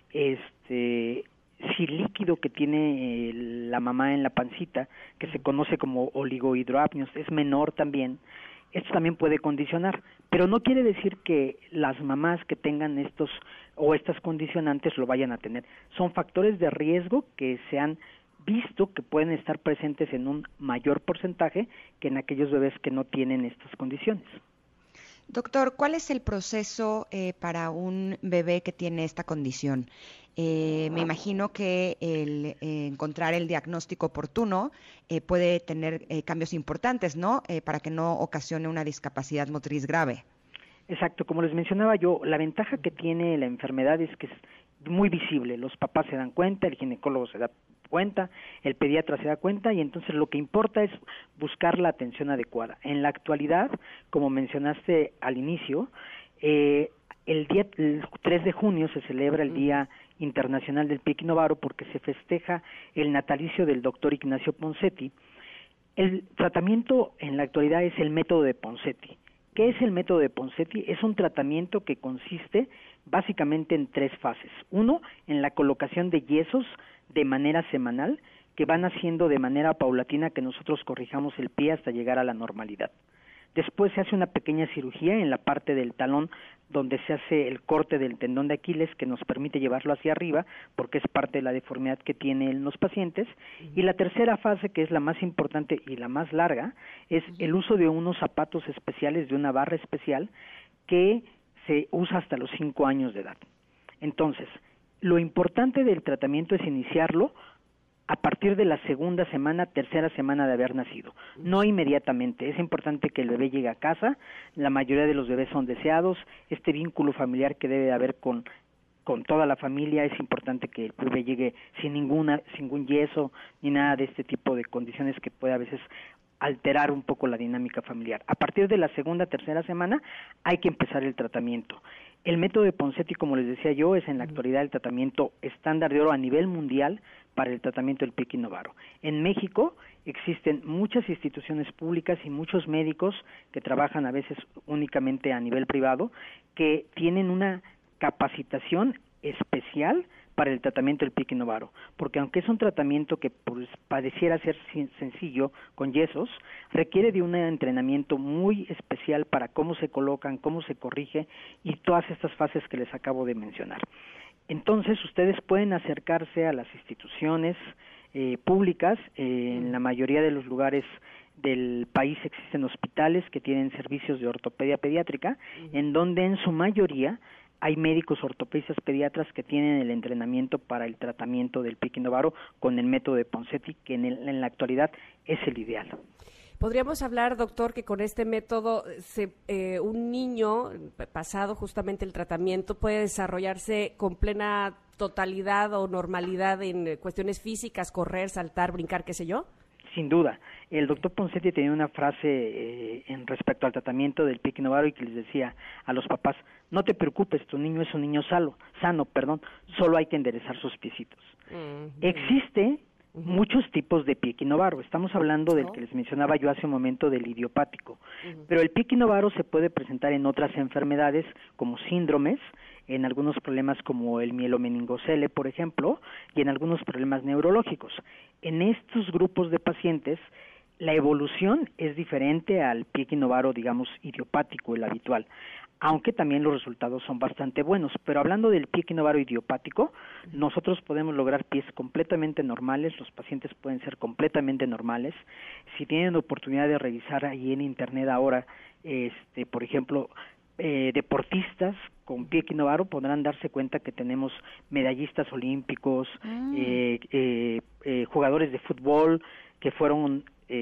F: Si el líquido que tiene la mamá en la pancita, que se conoce como oligohidroapnios, es menor también, esto también puede condicionar, pero no quiere decir que las mamás que tengan estos o estas condicionantes lo vayan a tener. Son factores de riesgo que se han visto que pueden estar presentes en un mayor porcentaje que en aquellos bebés que no tienen estas condiciones.
B: Doctor, ¿cuál es el proceso para un bebé que tiene esta condición? Me imagino que el encontrar el diagnóstico oportuno puede tener cambios importantes, ¿no? Para que no ocasione una discapacidad motriz grave.
F: Exacto, como les mencionaba yo, la ventaja que tiene la enfermedad es que es muy visible. Los papás se dan cuenta, el ginecólogo se da cuenta, el pediatra se da cuenta y entonces lo que importa es buscar la atención adecuada. En la actualidad, como mencionaste al inicio, el 3 de junio se celebra el Día Internacional del Pie equinovaro porque se festeja el natalicio del doctor Ignacio Ponseti. El tratamiento en la actualidad es el método de Ponseti. ¿Qué es el método de Ponseti? Es un tratamiento que consiste básicamente en 3 fases. 1, en la colocación de yesos de manera semanal, que van haciendo de manera paulatina que nosotros corrijamos el pie hasta llegar a la normalidad. Después se hace una pequeña cirugía en la parte del talón donde se hace el corte del tendón de Aquiles que nos permite llevarlo hacia arriba porque es parte de la deformidad que tienen los pacientes. Y la tercera fase, que es la más importante y la más larga, es el uso de unos zapatos especiales, de una barra especial que se usa hasta los 5 años de edad. Entonces, lo importante del tratamiento es iniciarlo a partir de la segunda semana, tercera semana de haber nacido, no inmediatamente. Es importante que el bebé llegue a casa, la mayoría de los bebés son deseados, este vínculo familiar que debe haber con toda la familia, es importante que el bebé llegue sin ningún yeso, ni nada de este tipo de condiciones que puede a veces alterar un poco la dinámica familiar. A partir de la segunda, tercera semana hay que empezar el tratamiento. El método de Ponseti, como les decía yo, es en la actualidad el tratamiento estándar de oro a nivel mundial para el tratamiento del pie equinovaro. En México existen muchas instituciones públicas y muchos médicos que trabajan a veces únicamente a nivel privado, que tienen una capacitación especial para el tratamiento del pie equinovaro, porque aunque es un tratamiento que pues, pareciera ser sencillo, con yesos, requiere de un entrenamiento muy especial para cómo se colocan, cómo se corrige y todas estas fases que les acabo de mencionar. Entonces, ustedes pueden acercarse a las instituciones públicas. En la mayoría de los lugares del país existen hospitales que tienen servicios de ortopedia pediátrica, en donde en su mayoría hay médicos ortopedistas pediatras que tienen el entrenamiento para el tratamiento del pie equinovaro con el método de Ponseti, que en la actualidad es el ideal.
C: Podríamos hablar, doctor, que con este método un niño pasado justamente el tratamiento puede desarrollarse con plena totalidad o normalidad en cuestiones físicas, correr, saltar, brincar, qué sé yo.
F: Sin duda. El doctor Ponseti tenía una frase en respecto al tratamiento del pie equinovaro y que les decía a los papás: no te preocupes, tu niño es un niño sano, solo hay que enderezar sus piecitos. Existe muchos tipos de pie equinovaro. Estamos hablando del que les mencionaba yo hace un momento, del idiopático. Pero el pie equinovaro se puede presentar en otras enfermedades como síndromes, en algunos problemas como el mielomeningocele, por ejemplo, y en algunos problemas neurológicos. En estos grupos de pacientes, la evolución es diferente al pie equinovaro, digamos, idiopático, el habitual, aunque también los resultados son bastante buenos. Pero hablando del pie equinovaro idiopático, nosotros podemos lograr pies completamente normales, los pacientes pueden ser completamente normales. Si tienen oportunidad de revisar ahí en internet ahora, por ejemplo, deportistas con pie equinovaro, podrán darse cuenta que tenemos medallistas olímpicos, jugadores de fútbol que fueron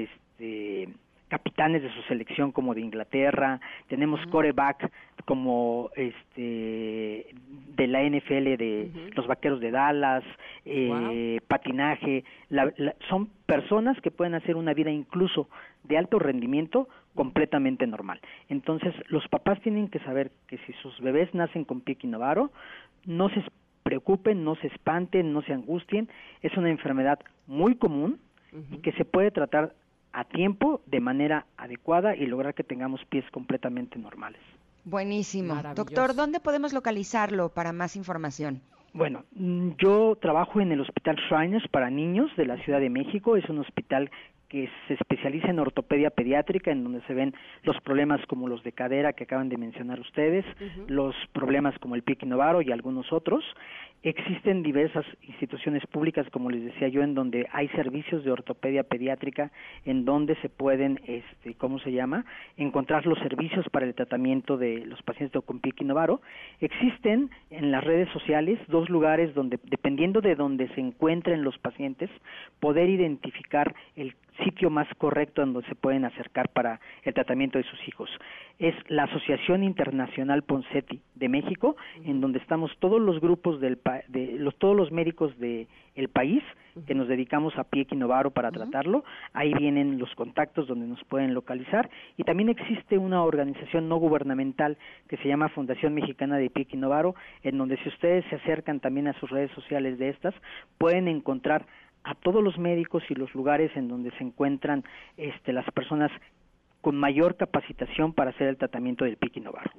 F: capitanes de su selección como de Inglaterra, tenemos quarterback como de la NFL de los Vaqueros de Dallas, patinaje, son personas que pueden hacer una vida incluso de alto rendimiento completamente normal. Entonces, los papás tienen que saber que si sus bebés nacen con pie equinovaro, no se preocupen, no se espanten, no se angustien, es una enfermedad muy común y que se puede tratar a tiempo, de manera adecuada y lograr que tengamos pies completamente normales.
B: Buenísimo. Doctor, ¿dónde podemos localizarlo para más información?
F: Bueno, yo trabajo en el Hospital Shriners para niños de la Ciudad de México. Es un hospital que se especializa en ortopedia pediátrica, en donde se ven los problemas como los de cadera que acaban de mencionar ustedes, los problemas como el pie equinovaro y algunos otros. Existen diversas instituciones públicas, como les decía yo, en donde hay servicios de ortopedia pediátrica, en donde se pueden, encontrar los servicios para el tratamiento de los pacientes con pie equinovaro. Existen en las redes sociales 2 lugares donde, dependiendo de donde se encuentren los pacientes, poder identificar el sitio más correcto en donde se pueden acercar para el tratamiento de sus hijos. Es la Asociación Internacional Ponseti de México, en donde estamos todos los grupos todos los médicos del país que nos dedicamos a pie equinovaro para tratarlo. Ahí vienen los contactos donde nos pueden localizar, y también existe una organización no gubernamental que se llama Fundación Mexicana de Pie Equinovaro, en donde si ustedes se acercan también a sus redes sociales de estas, pueden encontrar a todos los médicos y los lugares en donde se encuentran las personas con mayor capacitación para hacer el tratamiento del pie equinovaro.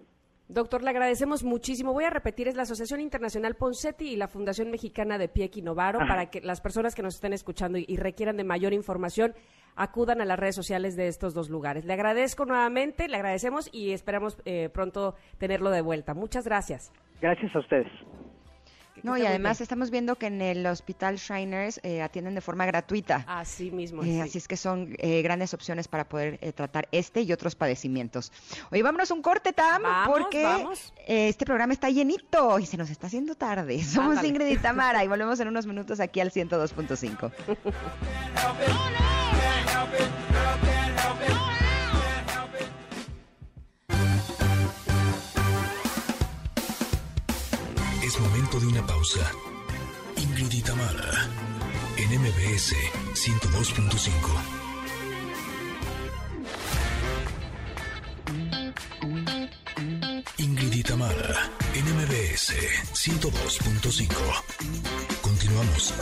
C: Doctor, le agradecemos muchísimo. Voy a repetir, es la Asociación Internacional Ponseti y la Fundación Mexicana de Pieck y Novaro, para que las personas que nos estén escuchando y requieran de mayor información acudan a las redes sociales de estos dos lugares. Le agradezco nuevamente, le agradecemos y esperamos pronto tenerlo de vuelta. Muchas gracias.
F: Gracias a ustedes.
B: No, y además estamos viendo que en el Hospital Shriners atienden de forma gratuita.
C: Así mismo.
B: Así es que son grandes opciones para poder tratar este y otros padecimientos. Oye, vámonos un corte, Tam, porque este programa está llenito y se nos está haciendo tarde. Somos
C: Ándale.
B: Ingrid y Tamara y volvemos en unos minutos aquí al 102.5.
A: Es momento de una pausa. Ingrid y Tamara, en MBS 102.5. Ingrid y Tamara, en MBS 102.5. Continuamos.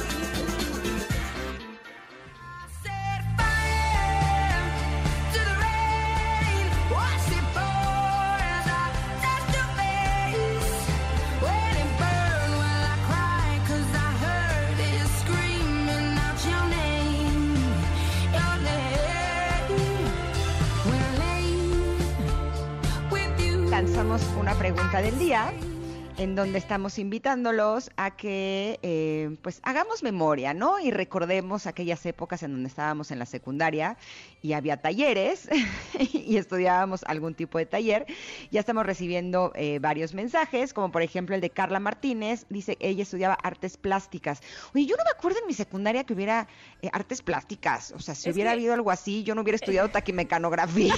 B: Lanzamos una pregunta del día en donde estamos invitándolos a que pues hagamos memoria, ¿no? Y recordemos aquellas épocas en donde estábamos en la secundaria y había talleres y estudiábamos algún tipo de taller. Ya estamos recibiendo varios mensajes, como por ejemplo el de Carla Martínez, dice ella estudiaba artes plásticas. Oye, yo no me acuerdo en mi secundaria que hubiera artes plásticas, o sea, si hubiera habido algo así, yo no hubiera estudiado taquimecanografía,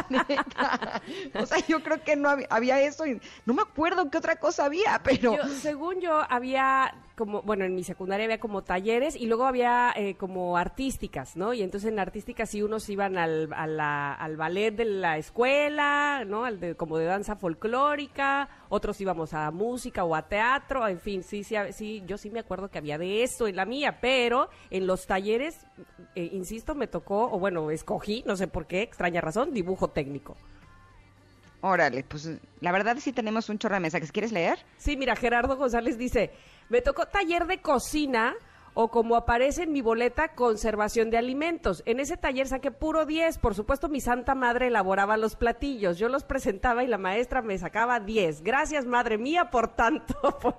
B: neta. O sea, yo creo que no había eso y no me acuerdo qué otra cosa había, pero...
C: Según yo, había como, bueno, en mi secundaria había como talleres y luego había como artísticas, ¿no? Y entonces en artísticas sí unos iban al ballet de la escuela, ¿no? Como de danza folclórica, otros íbamos a música o a teatro, en fin, sí, yo sí me acuerdo que había de eso en la mía, pero en los talleres, insisto, me tocó, o bueno, escogí, no sé por qué, extraña razón, dibujo técnico.
B: Órale, pues la verdad sí tenemos un chorro de mensajes. ¿Quieres leer?
C: Sí, mira, Gerardo González dice, me tocó taller de cocina o como aparece en mi boleta, conservación de alimentos. En ese taller saqué puro 10. Por supuesto, mi santa madre elaboraba los platillos. Yo los presentaba y la maestra me sacaba 10. Gracias, madre mía, por tanto.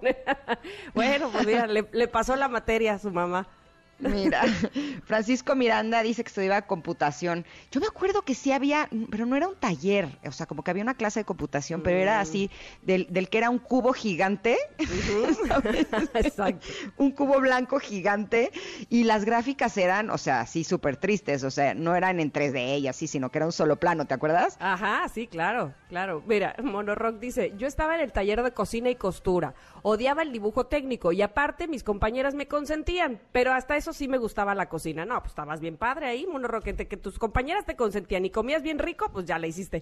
C: Bueno, pues mira, le pasó la materia a su mamá.
B: Mira, Francisco Miranda dice que estudiaba computación. Yo me acuerdo que sí había, pero no era un taller, o sea, como que había una clase de computación, pero era así, del que era un cubo gigante, ¿sabes?
C: Exacto.
B: Un cubo blanco gigante, y las gráficas eran, o sea, sí, súper tristes, o sea, no eran en 3D y así, sino que era un solo plano, ¿te acuerdas?
C: Ajá, sí, claro. Mira, Monorock dice, yo estaba en el taller de cocina y costura, odiaba el dibujo técnico y aparte mis compañeras me consentían, pero hasta eso sí me gustaba la cocina. No, pues estabas bien padre ahí, Monorock, que tus compañeras te consentían y comías bien rico, pues ya la hiciste.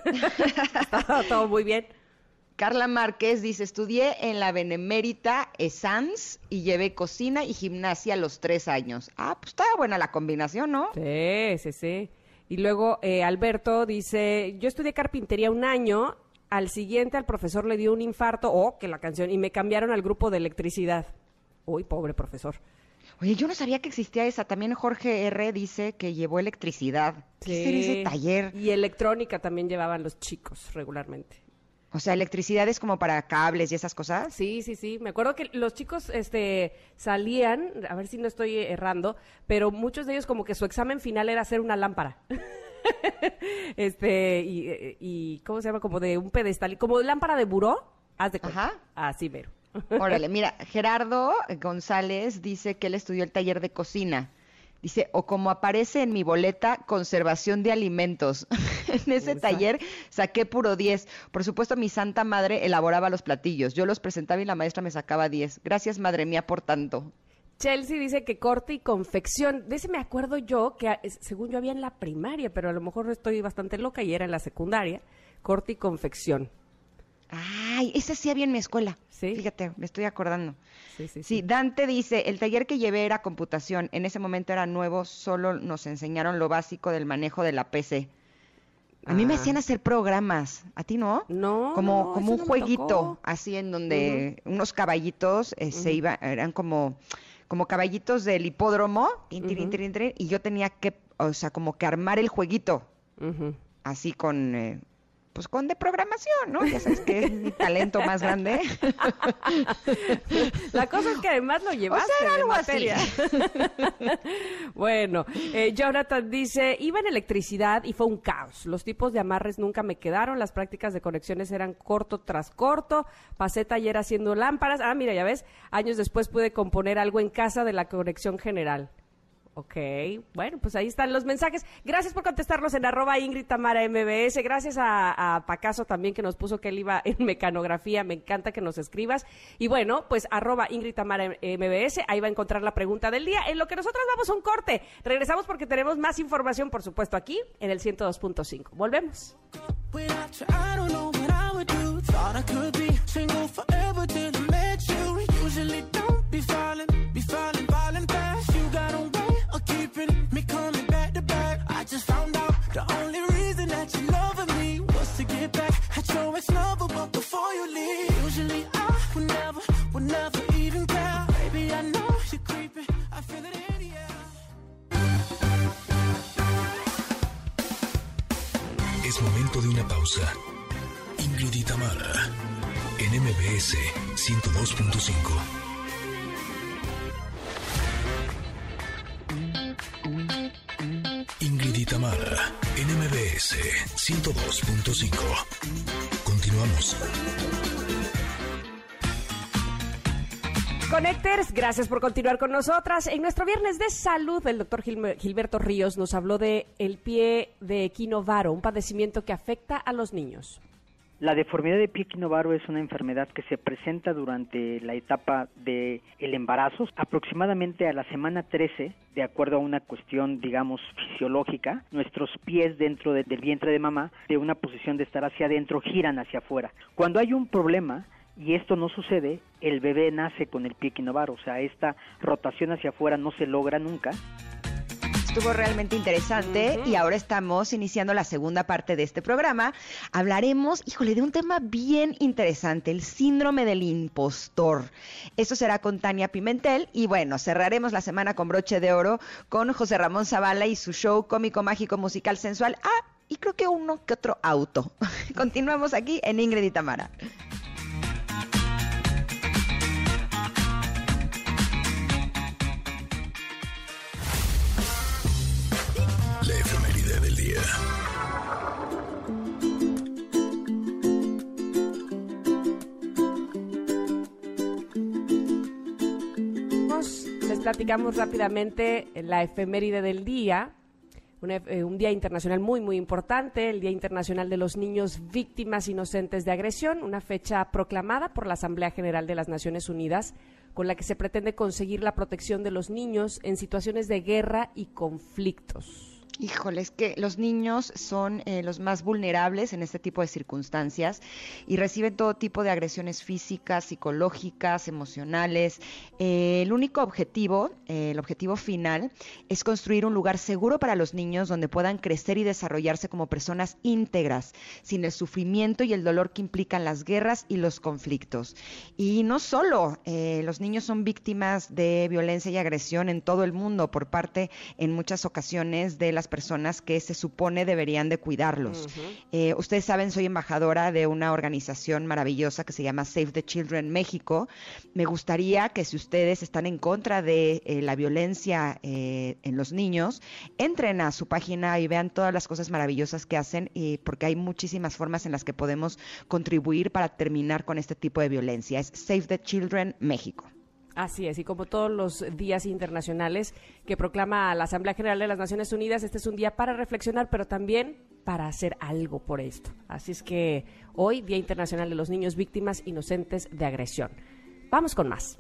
C: Estaba todo muy bien.
B: Carla Márquez dice, estudié en la Benemérita ESANS y llevé cocina y gimnasia a los 3 años. Ah, pues estaba buena la combinación, ¿no?
C: Sí. Y luego Alberto dice, yo estudié carpintería 1 año, al siguiente al profesor le dio un infarto, que la canción, y me cambiaron al grupo de electricidad. Uy, pobre profesor.
B: Oye, yo no sabía que existía esa. También Jorge R. dice que llevó electricidad. ¿Qué será ese taller?
C: Y electrónica también llevaban los chicos regularmente.
B: O sea, electricidad es como para cables y esas cosas.
C: Sí. Me acuerdo que los chicos salían, a ver si no estoy errando, pero muchos de ellos como que su examen final era hacer una lámpara. Y ¿cómo se llama? Como de un pedestal, como de lámpara de buró. Haz de cuenta.
B: Ajá.
C: Así mero.
B: Órale, mira, Gerardo González dice que él estudió el taller de cocina. Dice, o como aparece en mi boleta, conservación de alimentos. En ese taller saqué puro 10. Por supuesto, mi santa madre elaboraba los platillos. Yo los presentaba y la maestra me sacaba 10. Gracias, madre mía, por tanto.
C: Chelsea dice que corte y confección. De ese me acuerdo yo, que según yo había en la primaria, pero a lo mejor estoy bastante loca y era en la secundaria. Corte y confección.
B: Ay, ese sí había en mi escuela.
C: ¿Sí?
B: Fíjate, me estoy acordando.
C: Sí.
B: Sí, Dante dice, el taller que llevé era computación. En ese momento era nuevo, solo nos enseñaron lo básico del manejo de la PC. A mí me
C: Ah.
B: hacían hacer programas, ¿a ti no?
C: No,
B: Como
C: no,
B: un
C: eso no me
B: jueguito,
C: tocó.
B: así en donde unos caballitos se iban, eran como caballitos del hipódromo, tin, tirin, tirin, tirin, y yo tenía que, o sea, como que armar el jueguito,
C: Ujú.
B: así con, pues con de programación, ¿no? Ya sabes que es mi talento más grande.
C: La cosa es que además lo llevaste
B: era
C: de
B: algo
C: materia. Bueno, Jonathan dice, iba en electricidad y fue un caos. Los tipos de amarres nunca me quedaron, las prácticas de conexiones eran corto tras corto, pasé taller haciendo lámparas. Ah, mira, ya ves, años después pude componer algo en casa de la conexión general. Ok, bueno, pues ahí están los mensajes. Gracias por contestarnos en @IngridTamaraMBS. Gracias a Pacaso también que nos puso que él iba en mecanografía. Me encanta que nos escribas. Y bueno, pues @IngridTamaraMBS. Ahí va a encontrar la pregunta del día. En lo que nosotros vamos a un corte. Regresamos porque tenemos más información, por supuesto, aquí en el 102.5. Volvemos.
E: Without you, I don't know what I would do. Thought I could be single forever till I met you. Usually don't be falling fast. You got a way of keeping me coming back to back. I just found out the only reason that you loving me was to get back at your ex-lover, but before you leave, usually I would never even care. Baby, I know you're creeping. I feel it in the air.
A: Es momento de una pausa. Ingrid y Tamara, en MBS 102.5. Ingrid y Tamara, en MBS 102.5. Continuamos.
C: Connectors, gracias por continuar con nosotras. En nuestro viernes de salud, el doctor Gilberto Ríos nos habló de el pie de equinovaro, un padecimiento que afecta a los niños.
F: La deformidad de pie equinovaro es una enfermedad que se presenta durante la etapa del embarazo, aproximadamente a la semana 13, de acuerdo a una cuestión, digamos, fisiológica. Nuestros pies dentro del vientre de mamá, de una posición de estar hacia adentro, giran hacia afuera. Cuando hay un problema y esto no sucede, el bebé nace con el pie equinovaro, o sea, esta rotación hacia afuera no se logra nunca.
B: Estuvo realmente interesante y ahora estamos iniciando la segunda parte de este programa. Hablaremos, de un tema bien interesante, el síndrome del impostor. Eso será con Tania Pimentel y bueno, cerraremos la semana con broche de oro con José Ramón Zavala y su show cómico, mágico, musical, sensual. Ah, y creo que uno que otro auto. Continuamos aquí en Ingrid y Tamara.
A: La efeméride del día.
C: Les platicamos rápidamente la efeméride del día. Un día internacional muy, muy importante, el Día Internacional de los Niños Víctimas Inocentes de Agresión, una fecha proclamada por la Asamblea General de las Naciones Unidas, con la que se pretende conseguir la protección de los niños en situaciones de guerra y conflictos.
B: Híjole, es que los niños son los más vulnerables en este tipo de circunstancias y reciben todo tipo de agresiones físicas, psicológicas, emocionales. El único objetivo, el objetivo final, es construir un lugar seguro para los niños donde puedan crecer y desarrollarse como personas íntegras, sin el sufrimiento y el dolor que implican las guerras y los conflictos. Y no solo, los niños son víctimas de violencia y agresión en todo el mundo por parte, en muchas ocasiones, de las personas que se supone deberían de cuidarlos. Ustedes saben, soy embajadora de una organización maravillosa que se llama Save the Children México. Me gustaría que si ustedes están en contra de la violencia en los niños, entren a su página y vean todas las cosas maravillosas que hacen, porque hay muchísimas formas en las que podemos contribuir para terminar con este tipo de violencia. Es Save the Children México.
C: Así es, y como todos los días internacionales que proclama la Asamblea General de las Naciones Unidas, este es un día para reflexionar, pero también para hacer algo por esto. Así es que hoy, Día Internacional de los Niños Víctimas Inocentes de Agresión. Vamos con más.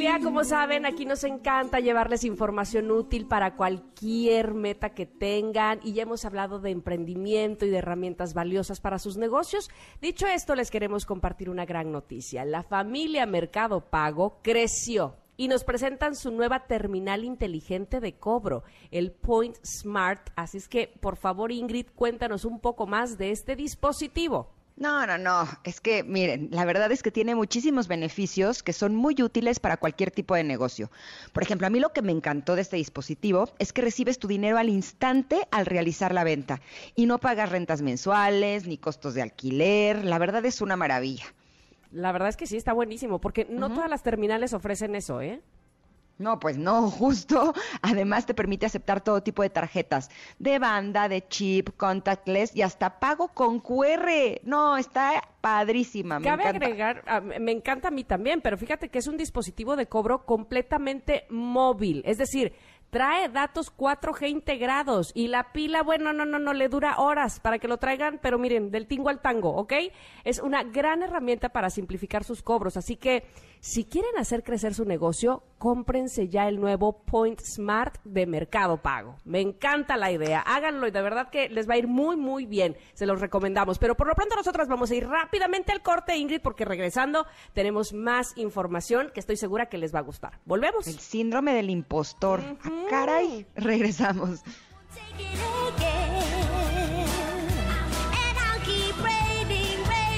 C: Oiga, como saben, aquí nos encanta llevarles información útil para cualquier meta que tengan y ya hemos hablado de emprendimiento y de herramientas valiosas para sus negocios. Dicho esto, les queremos compartir una gran noticia. La familia Mercado Pago creció y nos presentan su nueva terminal inteligente de cobro, el Point Smart. Así es que, por favor, Ingrid, cuéntanos un poco más de este dispositivo.
B: No, es que miren, la verdad es que tiene muchísimos beneficios que son muy útiles para cualquier tipo de negocio. Por ejemplo, a mí lo que me encantó de este dispositivo es que recibes tu dinero al instante al realizar la venta y no pagas rentas mensuales ni costos de alquiler. La verdad es una maravilla.
C: La verdad es que sí, está buenísimo, porque no todas las terminales ofrecen eso, ¿eh?
B: No, pues no, justo. Además te permite aceptar todo tipo de tarjetas, de banda, de chip, contactless y hasta pago con QR. No, está padrísima.
C: Cabe agregar, me encanta a mí también, pero fíjate que es un dispositivo de cobro completamente móvil. Es decir, trae datos 4G integrados y la pila, bueno, no, le dura horas para que lo traigan, pero miren, del tingo al tango, ¿ok? Es una gran herramienta para simplificar sus cobros, así que si quieren hacer crecer su negocio, cómprense ya el nuevo Point Smart de Mercado Pago. Me encanta la idea, háganlo y de verdad que les va a ir muy, muy bien, se los recomendamos. Pero por lo pronto nosotras vamos a ir rápidamente al corte, Ingrid, porque regresando tenemos más información que estoy segura que les va a gustar. Volvemos.
B: El síndrome del impostor. Caray, regresamos.
D: Take it again, and I'll keep raining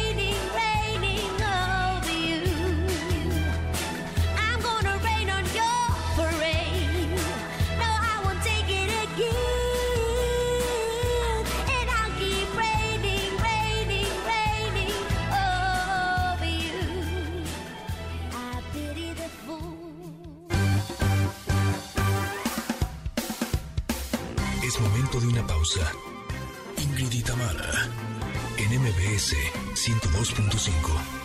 D: over you. I'm gonna rain on your parade. No, I won't take it again, and I'll keep raining over you. I pity the fool.
A: Es momento de una pausa. Ingrid y Tamara, en MBS 102.5.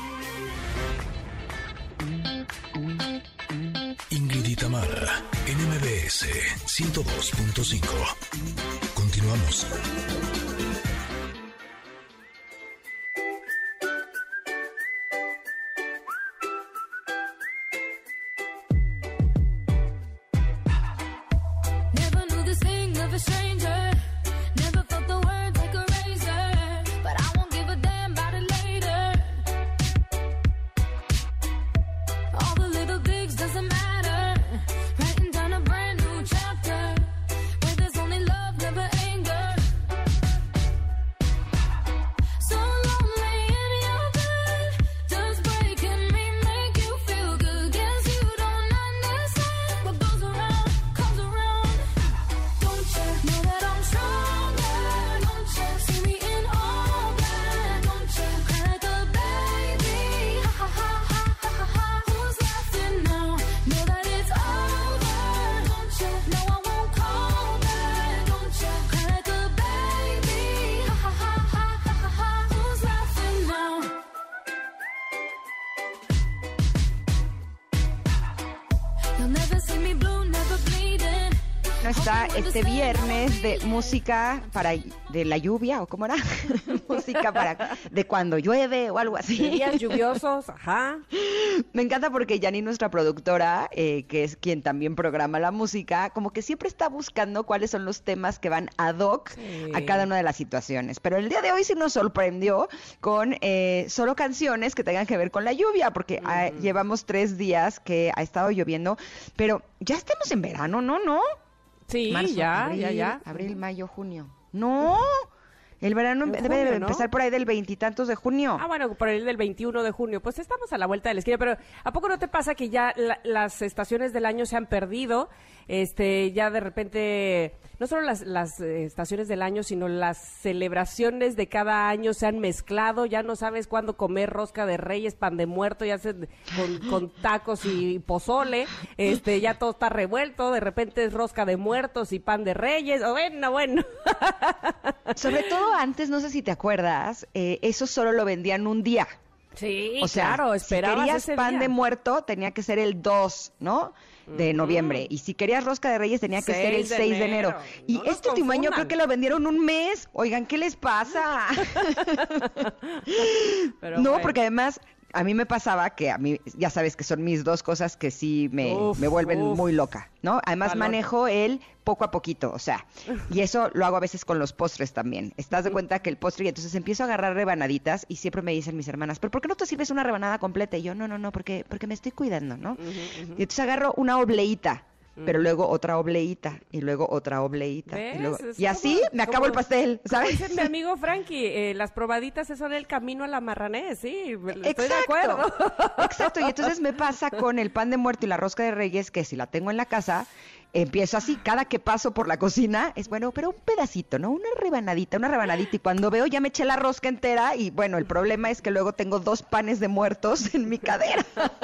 A: Ingrid y Tamara, en MBS 102.5. Continuamos.
D: Never knew this thing of a stranger. Never felt the words like a razor. But I won't give a damn about it later. All the little things doesn't matter. Writing down a brand new chapter where there's only love, never anger. So lonely in your bed, does breaking me make you feel good? Guess you don't understand what goes around comes around. Don't you know that I'm stronger? Don't you see me in all black? Don't you cry like a baby? Ha ha ha ha ha ha. Who's laughing now? Know that it's over. Don't you know I won't call back? Don't you cry like a baby? Ha ha ha ha ha ha. Who's laughing now? You'll never see me blue, never bleeding.
B: No está este viernes de música para de la lluvia, ¿o cómo era? Música para de cuando llueve o algo así.
C: Días lluviosos, ajá.
B: Me encanta porque Janine, nuestra productora, que es quien también programa la música, como que siempre está buscando cuáles son los temas que van ad hoc a cada una de las situaciones. Pero el día de hoy sí nos sorprendió con solo canciones que tengan que ver con la lluvia, porque llevamos 3 días que ha estado lloviendo, pero ya estamos en verano, ¿no?
C: Sí,
B: Marzo,
C: ya.
B: Abril, mayo, junio. No, el verano
C: En
B: debe de
C: junio, ¿no?
B: empezar por ahí del 20 y tantos de junio.
C: Ah, bueno, por el del 21 de junio. Pues estamos a la vuelta de la esquina, pero ¿a poco no te pasa que ya las estaciones del año se han perdido? Ya de repente, no solo las estaciones del año, sino las celebraciones de cada año se han mezclado. Ya no sabes cuándo comer rosca de Reyes, pan de muerto, ya con tacos y pozole. Ya todo está revuelto. De repente es rosca de muertos y pan de Reyes. Bueno.
B: Sobre todo antes, no sé si te acuerdas, eso solo lo vendían un día.
C: Sí,
B: O sea,
C: claro,
B: si
C: esperabas
B: querías
C: ese
B: pan
C: día.
B: de muerto, tenía que ser el 2, ¿no? De noviembre. Y si querías rosca de Reyes, tenía que ser el 6 de enero. Y
C: No nos
B: este último año
C: confundan.
B: creo que lo vendieron un mes. Oigan, ¿qué les pasa?
C: Pero
B: No,
C: bueno.
B: porque además A mí me pasaba que a mí, ya sabes que son mis dos cosas que sí me vuelven muy loca, ¿no? Además manejo el poco a poquito, o sea, y eso lo hago a veces con los postres también. Estás de cuenta que el postre, y entonces empiezo a agarrar rebanaditas y siempre me dicen mis hermanas, ¿pero por qué no te sirves una rebanada completa? Y yo, no, porque me estoy cuidando, ¿no? Y entonces agarro una obleíta, pero luego otra obleíta, y luego otra obleíta. Y así me acabo el pastel, ¿sabes?
C: Dice mi amigo Frankie, las probaditas son el camino a la marranés, sí, estoy de
B: Exacto,
C: acuerdo.
B: exacto, y entonces me pasa con el pan de muerto y la rosca de Reyes, que si la tengo en la casa, empiezo así, cada que paso por la cocina, es bueno, pero un pedacito, ¿no? Una rebanadita, y cuando veo ya me eché la rosca entera, y bueno, el problema es que luego tengo 2 panes de muertos en mi cadera.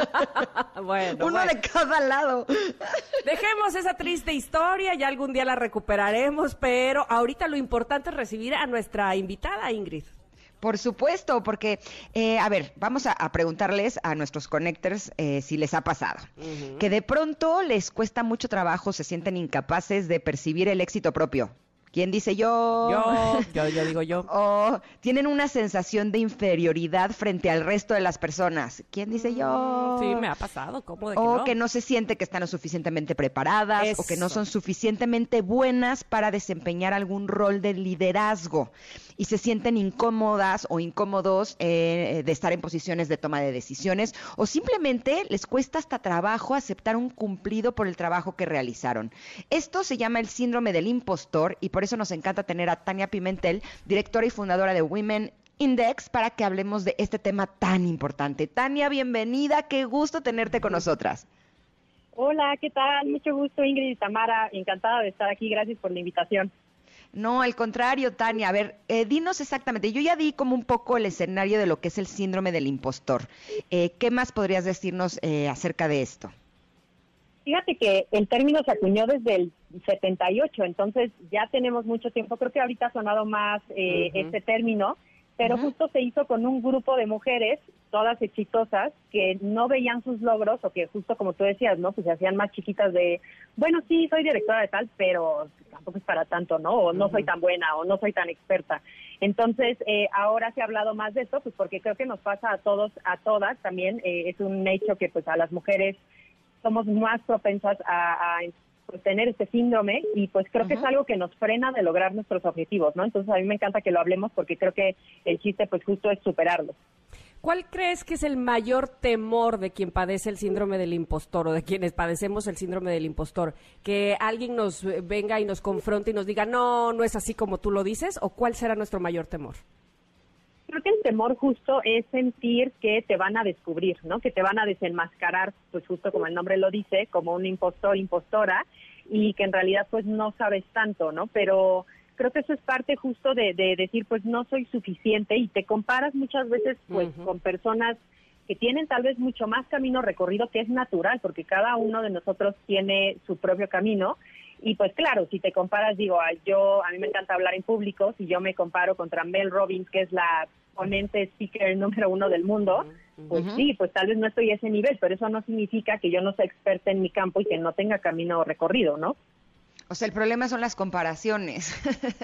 B: Uno de cada lado.
C: Dejemos esa triste historia, ya algún día la recuperaremos, pero ahorita lo importante es recibir a nuestra invitada, Ingrid.
B: Por supuesto, porque, a ver, vamos a preguntarles a nuestros connectors si les ha pasado. Que de pronto les cuesta mucho trabajo, se sienten incapaces de percibir el éxito propio. ¿Quién dice yo?
C: Yo digo yo.
B: O tienen una sensación de inferioridad frente al resto de las personas. ¿Quién dice yo?
C: Sí, me ha pasado, ¿cómo de que
B: O
C: no?
B: que no se siente que están lo suficientemente preparadas, o que no son suficientemente buenas para desempeñar algún rol de liderazgo y se sienten incómodas o incómodos de estar en posiciones de toma de decisiones, o simplemente les cuesta hasta trabajo aceptar un cumplido por el trabajo que realizaron. Esto se llama el síndrome del impostor, y por eso nos encanta tener a Tania Pimentel, directora y fundadora de Women Index, para que hablemos de este tema tan importante. Tania, bienvenida, qué gusto tenerte con nosotras.
G: Hola, ¿qué tal? Mucho gusto, Ingrid y Tamara, encantada de estar aquí, gracias por la invitación.
B: No, al contrario, Tania. A ver, dinos exactamente. Yo ya di como un poco el escenario de lo que es el síndrome del impostor. ¿Qué más podrías decirnos acerca de esto?
G: Fíjate que el término se acuñó desde el 78, entonces ya tenemos mucho tiempo. Creo que ahorita ha sonado más este término, pero justo se hizo con un grupo de mujeres, todas exitosas, que no veían sus logros, o que justo como tú decías, ¿no? Pues se hacían más chiquitas de, bueno, sí, soy directora de tal, pero tampoco es para tanto, ¿no? O no soy tan buena, o no soy tan experta. Entonces, ahora se ha hablado más de esto, pues porque creo que nos pasa a todos, a todas también. Es un hecho que pues a las mujeres somos más propensas a pues, tener este síndrome, y pues creo que es algo que nos frena de lograr nuestros objetivos, ¿no? Entonces a mí me encanta que lo hablemos, porque creo que el chiste pues justo es superarlo.
C: ¿Cuál crees que es el mayor temor de quien padece el síndrome del impostor, o de quienes padecemos el síndrome del impostor? ¿Que alguien nos venga y nos confronte y nos diga, no es así como tú lo dices? ¿O cuál será nuestro mayor temor?
G: Creo que el temor justo es sentir que te van a descubrir, ¿no? Que te van a desenmascarar, pues justo como el nombre lo dice, como un impostor, impostora, y que en realidad pues no sabes tanto, ¿no? Pero creo que eso es parte justo de decir, pues no soy suficiente, y te comparas muchas veces pues con personas que tienen tal vez mucho más camino recorrido, que es natural, porque cada uno de nosotros tiene su propio camino. Y pues claro, si te comparas, digo, a mí me encanta hablar en público, si yo me comparo contra Mel Robbins, que es la ponente speaker número 1 del mundo, pues sí, pues tal vez no estoy a ese nivel, pero eso no significa que yo no sea experta en mi campo y que no tenga camino recorrido, ¿no?
B: O sea, el problema son las comparaciones.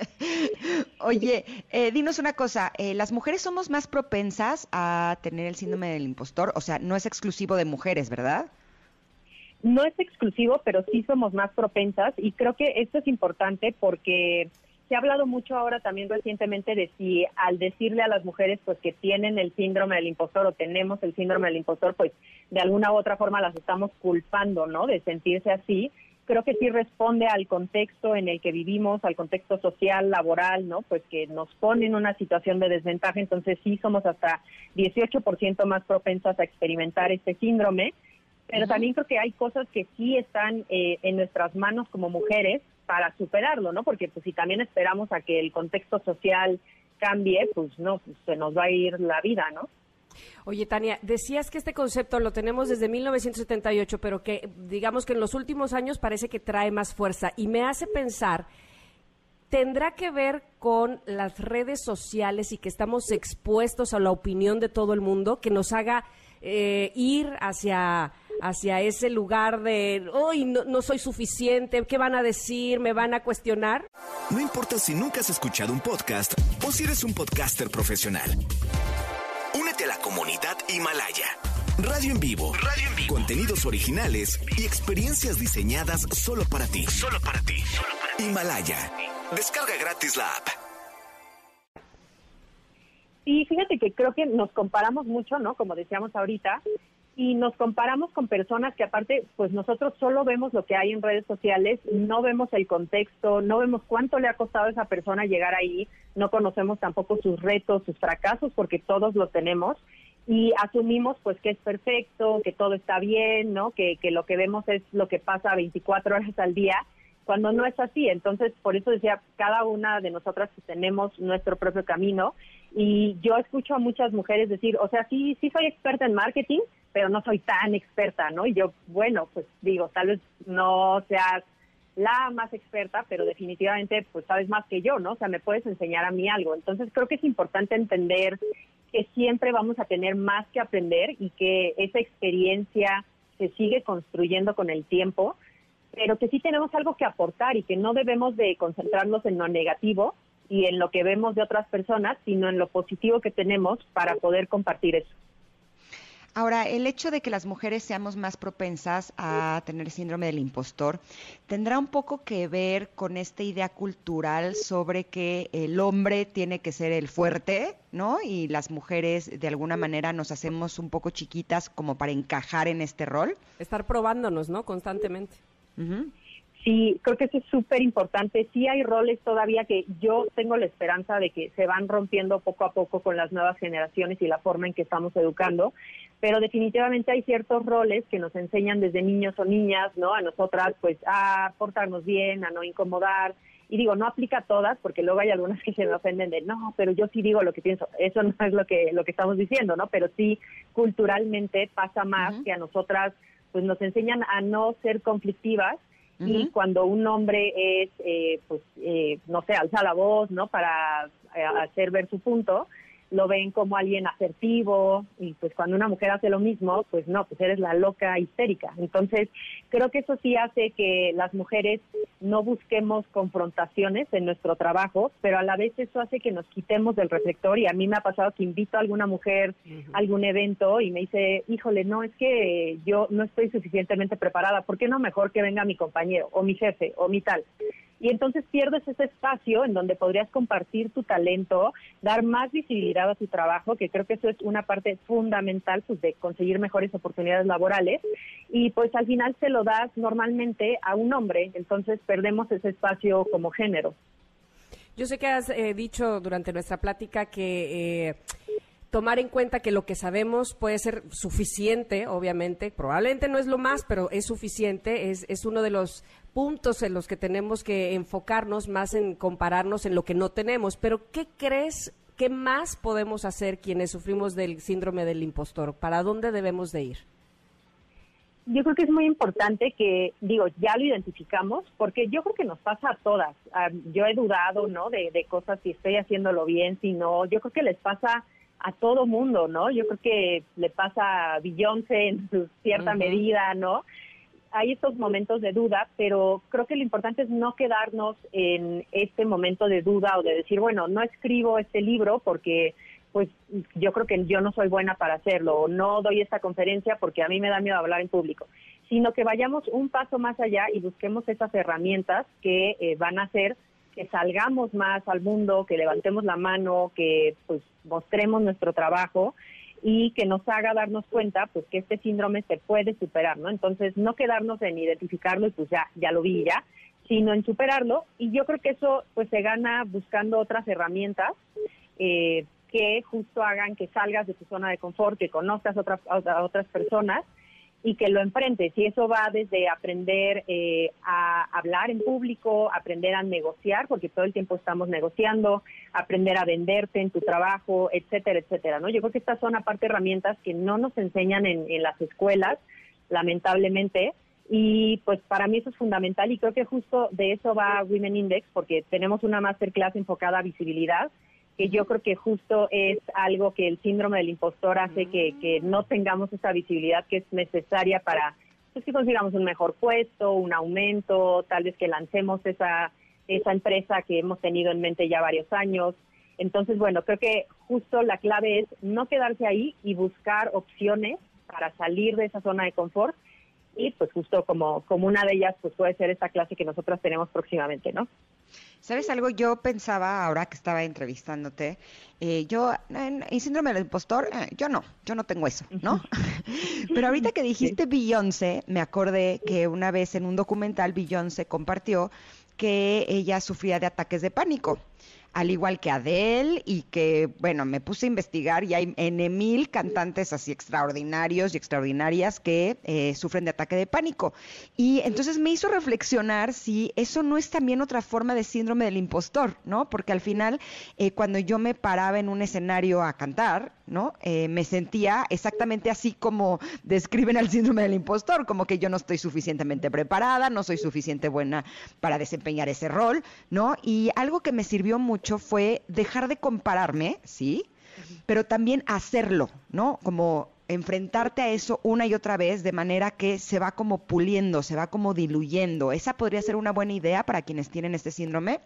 B: Oye, dinos una cosa, ¿las mujeres somos más propensas a tener el síndrome del impostor? O sea, no es exclusivo de mujeres, ¿verdad?
G: No es exclusivo, pero sí somos más propensas, y creo que esto es importante porque se ha hablado mucho ahora también recientemente de si al decirle a las mujeres pues que tienen el síndrome del impostor, o tenemos el síndrome del impostor, pues de alguna u otra forma las estamos culpando, ¿no? De sentirse así. Creo que sí responde al contexto en el que vivimos, al contexto social, laboral, ¿no? Pues que nos pone en una situación de desventaja, entonces sí somos hasta 18% más propensas a experimentar este síndrome. Pero también creo que hay cosas que sí están en nuestras manos como mujeres para superarlo, ¿no? Porque pues si también esperamos a que el contexto social cambie, pues no, pues, se nos va a ir la vida, ¿no?
C: Oye, Tania, decías que este concepto lo tenemos desde 1978, pero que digamos que en los últimos años parece que trae más fuerza, y me hace pensar, ¿tendrá que ver con las redes sociales y que estamos expuestos a la opinión de todo el mundo, que nos haga ir hacia ese lugar de, uy, no soy suficiente, ¿qué van a decir? ¿Me van a cuestionar?
A: No importa si nunca has escuchado un podcast o si eres un podcaster profesional. Únete
H: Únete a la comunidad Himalaya. Radio en vivo. Contenidos originales y experiencias diseñadas solo para ti. Himalaya. Descarga gratis la app.
G: Y fíjate que creo que nos comparamos mucho, ¿no? Como decíamos ahorita, y nos comparamos con personas que aparte, pues nosotros solo vemos lo que hay en redes sociales, no vemos el contexto, no vemos cuánto le ha costado a esa persona llegar ahí, no conocemos tampoco sus retos, sus fracasos, porque todos los tenemos, y asumimos pues que es perfecto, que todo está bien, ¿no? Que lo que vemos es lo que pasa 24 horas al día, cuando no es así. Entonces, por eso decía, cada una de nosotras tenemos nuestro propio camino, y yo escucho a muchas mujeres decir, o sea, sí soy experta en marketing, pero no soy tan experta, ¿no? Y yo, bueno, pues digo, tal vez no seas la más experta, pero definitivamente pues sabes más que yo, ¿no? O sea, me puedes enseñar a mí algo. Entonces creo que es importante entender que siempre vamos a tener más que aprender y que esa experiencia se sigue construyendo con el tiempo, pero que sí tenemos algo que aportar y que no debemos de concentrarnos en lo negativo y en lo que vemos de otras personas, sino en lo positivo que tenemos para poder compartir eso.
B: Ahora, el hecho de que las mujeres seamos más propensas a tener síndrome del impostor, ¿tendrá un poco que ver con esta idea cultural sobre que el hombre tiene que ser el fuerte, ¿no? Y las mujeres de alguna manera nos hacemos un poco chiquitas como para encajar en este rol?
C: Estar probándonos, ¿no? Constantemente.
B: Uh-huh.
G: Sí, creo que eso es súper importante. Sí hay roles todavía que yo tengo la esperanza de que se van rompiendo poco a poco con las nuevas generaciones y la forma en que estamos educando, pero definitivamente hay ciertos roles que nos enseñan desde niños o niñas, ¿no? A nosotras, pues, a portarnos bien, a no incomodar. Y digo, no aplica a todas, porque luego hay algunas que se me ofenden de, no, pero yo sí digo lo que pienso. Eso no es lo que estamos diciendo, ¿no? Pero sí, culturalmente pasa más que a nosotras, pues, nos enseñan a no ser conflictivas. Y cuando un hombre es, no sé, alza la voz, ¿no? Para hacer ver su punto, lo ven como alguien asertivo, y pues cuando una mujer hace lo mismo, pues no, pues eres la loca histérica. Entonces, creo que eso sí hace que las mujeres no busquemos confrontaciones en nuestro trabajo, pero a la vez eso hace que nos quitemos del reflector, y a mí me ha pasado que invito a alguna mujer a algún evento y me dice, híjole, no, es que yo no estoy suficientemente preparada, ¿por qué no mejor que venga mi compañero, o mi jefe, o mi tal? Y entonces pierdes ese espacio en donde podrías compartir tu talento, dar más visibilidad a tu trabajo, que creo que eso es una parte fundamental, pues, de conseguir mejores oportunidades laborales, y pues al final se lo das normalmente a un hombre, entonces perdemos ese espacio como género.
C: Yo sé que has dicho durante nuestra plática que tomar en cuenta que lo que sabemos puede ser suficiente, obviamente, probablemente no es lo más, pero es suficiente, es uno de los puntos en los que tenemos que enfocarnos más en compararnos en lo que no tenemos. Pero ¿qué crees, qué más podemos hacer quienes sufrimos del síndrome del impostor? ¿Para dónde debemos de ir?
G: Yo creo que es muy importante que, ya lo identificamos, porque yo creo que nos pasa a todas. Yo he dudado, ¿no?, de cosas, si estoy haciéndolo bien, si no. Yo creo que les pasa a todo mundo, ¿no? Yo creo que le pasa a Beyoncé en su cierta medida, ¿no? Hay estos momentos de duda, pero creo que lo importante es no quedarnos en este momento de duda o de decir, bueno, no escribo este libro porque pues yo creo que yo no soy buena para hacerlo, o no doy esta conferencia porque a mí me da miedo hablar en público, sino que vayamos un paso más allá y busquemos esas herramientas que van a hacer que salgamos más al mundo, que levantemos la mano, que pues mostremos nuestro trabajo y que nos haga darnos cuenta pues que este síndrome se puede superar, ¿no? Entonces, no quedarnos en identificarlo y pues ya lo vi ya, sino en superarlo, y yo creo que eso pues se gana buscando otras herramientas que justo hagan que salgas de tu zona de confort, que conozcas a otras personas y que lo enfrentes. Y eso va desde aprender a hablar en público, aprender a negociar, porque todo el tiempo estamos negociando, aprender a venderte en tu trabajo, etcétera, etcétera, ¿no? Yo creo que estas son aparte herramientas que no nos enseñan en las escuelas, lamentablemente, y pues para mí eso es fundamental, y creo que justo de eso va Women Index, porque tenemos una masterclass enfocada a visibilidad, que yo creo que justo es algo que el síndrome del impostor hace que no tengamos esa visibilidad que es necesaria para pues, que consigamos un mejor puesto, un aumento, tal vez que lancemos esa empresa que hemos tenido en mente ya varios años. Entonces, bueno, creo que justo la clave es no quedarse ahí y buscar opciones para salir de esa zona de confort. Y pues justo como una de ellas pues puede ser esta clase que nosotros tenemos próximamente, ¿no?
B: ¿Sabes algo? Yo pensaba, ahora que estaba entrevistándote, yo, en síndrome del impostor, yo no tengo eso, ¿no? Pero ahorita que dijiste Beyoncé, me acordé que una vez en un documental Beyoncé compartió que ella sufría de ataques de pánico, al igual que Adele, y que, bueno, me puse a investigar y hay N,000 cantantes así extraordinarios y extraordinarias que sufren de ataque de pánico. Y entonces me hizo reflexionar si eso no es también otra forma de síndrome del impostor, ¿no? Porque al final, cuando yo me paraba en un escenario a cantar, ¿no? Me sentía exactamente así como describen al síndrome del impostor, como que yo no estoy suficientemente preparada, no soy suficiente buena para desempeñar ese rol, ¿no? Y algo que me sirvió mucho fue dejar de compararme, ¿sí? Pero también hacerlo, ¿no? Como enfrentarte a eso una y otra vez de manera que se va como puliendo, se va como diluyendo. ¿Esa podría ser una buena idea para quienes tienen este síndrome?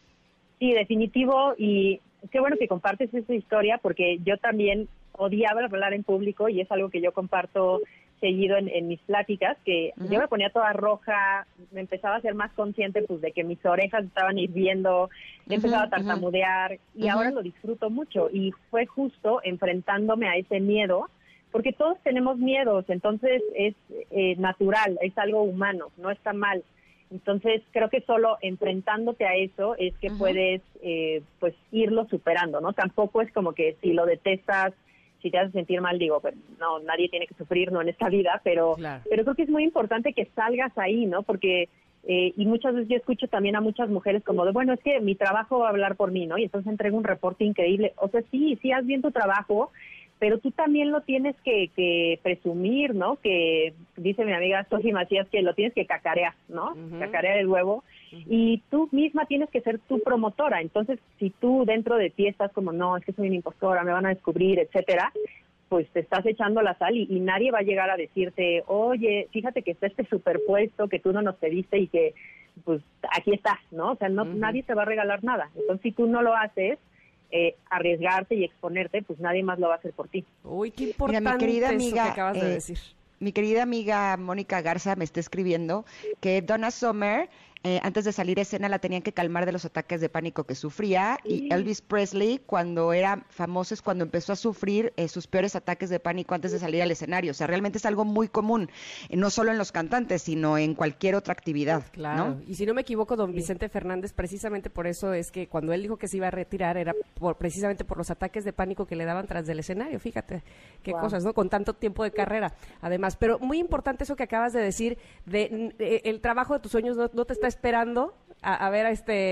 G: Sí, definitivo, y qué bueno que compartes esta historia porque yo también odiaba hablar en público y es algo que yo comparto seguido en mis pláticas, que yo me ponía toda roja, me empezaba a ser más consciente pues de que mis orejas estaban hirviendo, empezaba a tartamudear y ahora lo disfruto mucho y fue justo enfrentándome a ese miedo, porque todos tenemos miedos, entonces es natural, es algo humano, no está mal. Entonces creo que solo enfrentándote a eso es que puedes pues irlo superando, ¿no? Tampoco es como que si lo detestas, si te hace sentir mal, digo, pues, no, nadie tiene que sufrir, no en esta vida, pero creo que es muy importante que salgas ahí, ¿no? Porque, y muchas veces yo escucho también a muchas mujeres como de, bueno, es que mi trabajo va a hablar por mí, ¿no? Y entonces entrego un reporte increíble. O sea, sí, haz bien tu trabajo, pero tú también lo tienes que presumir, ¿no? Que dice mi amiga Sofi Macías que lo tienes que cacarear, ¿no? Cacarear el huevo. Y tú misma tienes que ser tu promotora. Entonces, si tú dentro de ti estás como, no, es que soy una impostora, me van a descubrir, etcétera, pues te estás echando la sal y nadie va a llegar a decirte, oye, fíjate que está este superpuesto que tú no nos pediste y que, pues, aquí está, ¿no? O sea, no, nadie te va a regalar nada. Entonces, si tú no lo haces, arriesgarte y exponerte, pues nadie más lo va a hacer por ti.
C: Uy, qué importante.
B: Mira, mi querida amiga,
C: eso que acabas de decir.
B: Mi querida amiga Mónica Garza me está escribiendo que Donna Summer, antes de salir a escena, la tenían que calmar de los ataques de pánico que sufría, y Elvis Presley, cuando era famoso, es cuando empezó a sufrir sus peores ataques de pánico antes de salir al escenario. O sea, realmente es algo muy común, no solo en los cantantes, sino en cualquier otra actividad.
C: Claro,
B: ¿no?
C: Y si no me equivoco, don Vicente Fernández, precisamente por eso es que cuando él dijo que se iba a retirar, era precisamente por los ataques de pánico que le daban tras del escenario. Fíjate qué cosas, ¿no? Con tanto tiempo de carrera, además. Pero muy importante eso que acabas de decir, de el trabajo de tus sueños no te está esperando a ver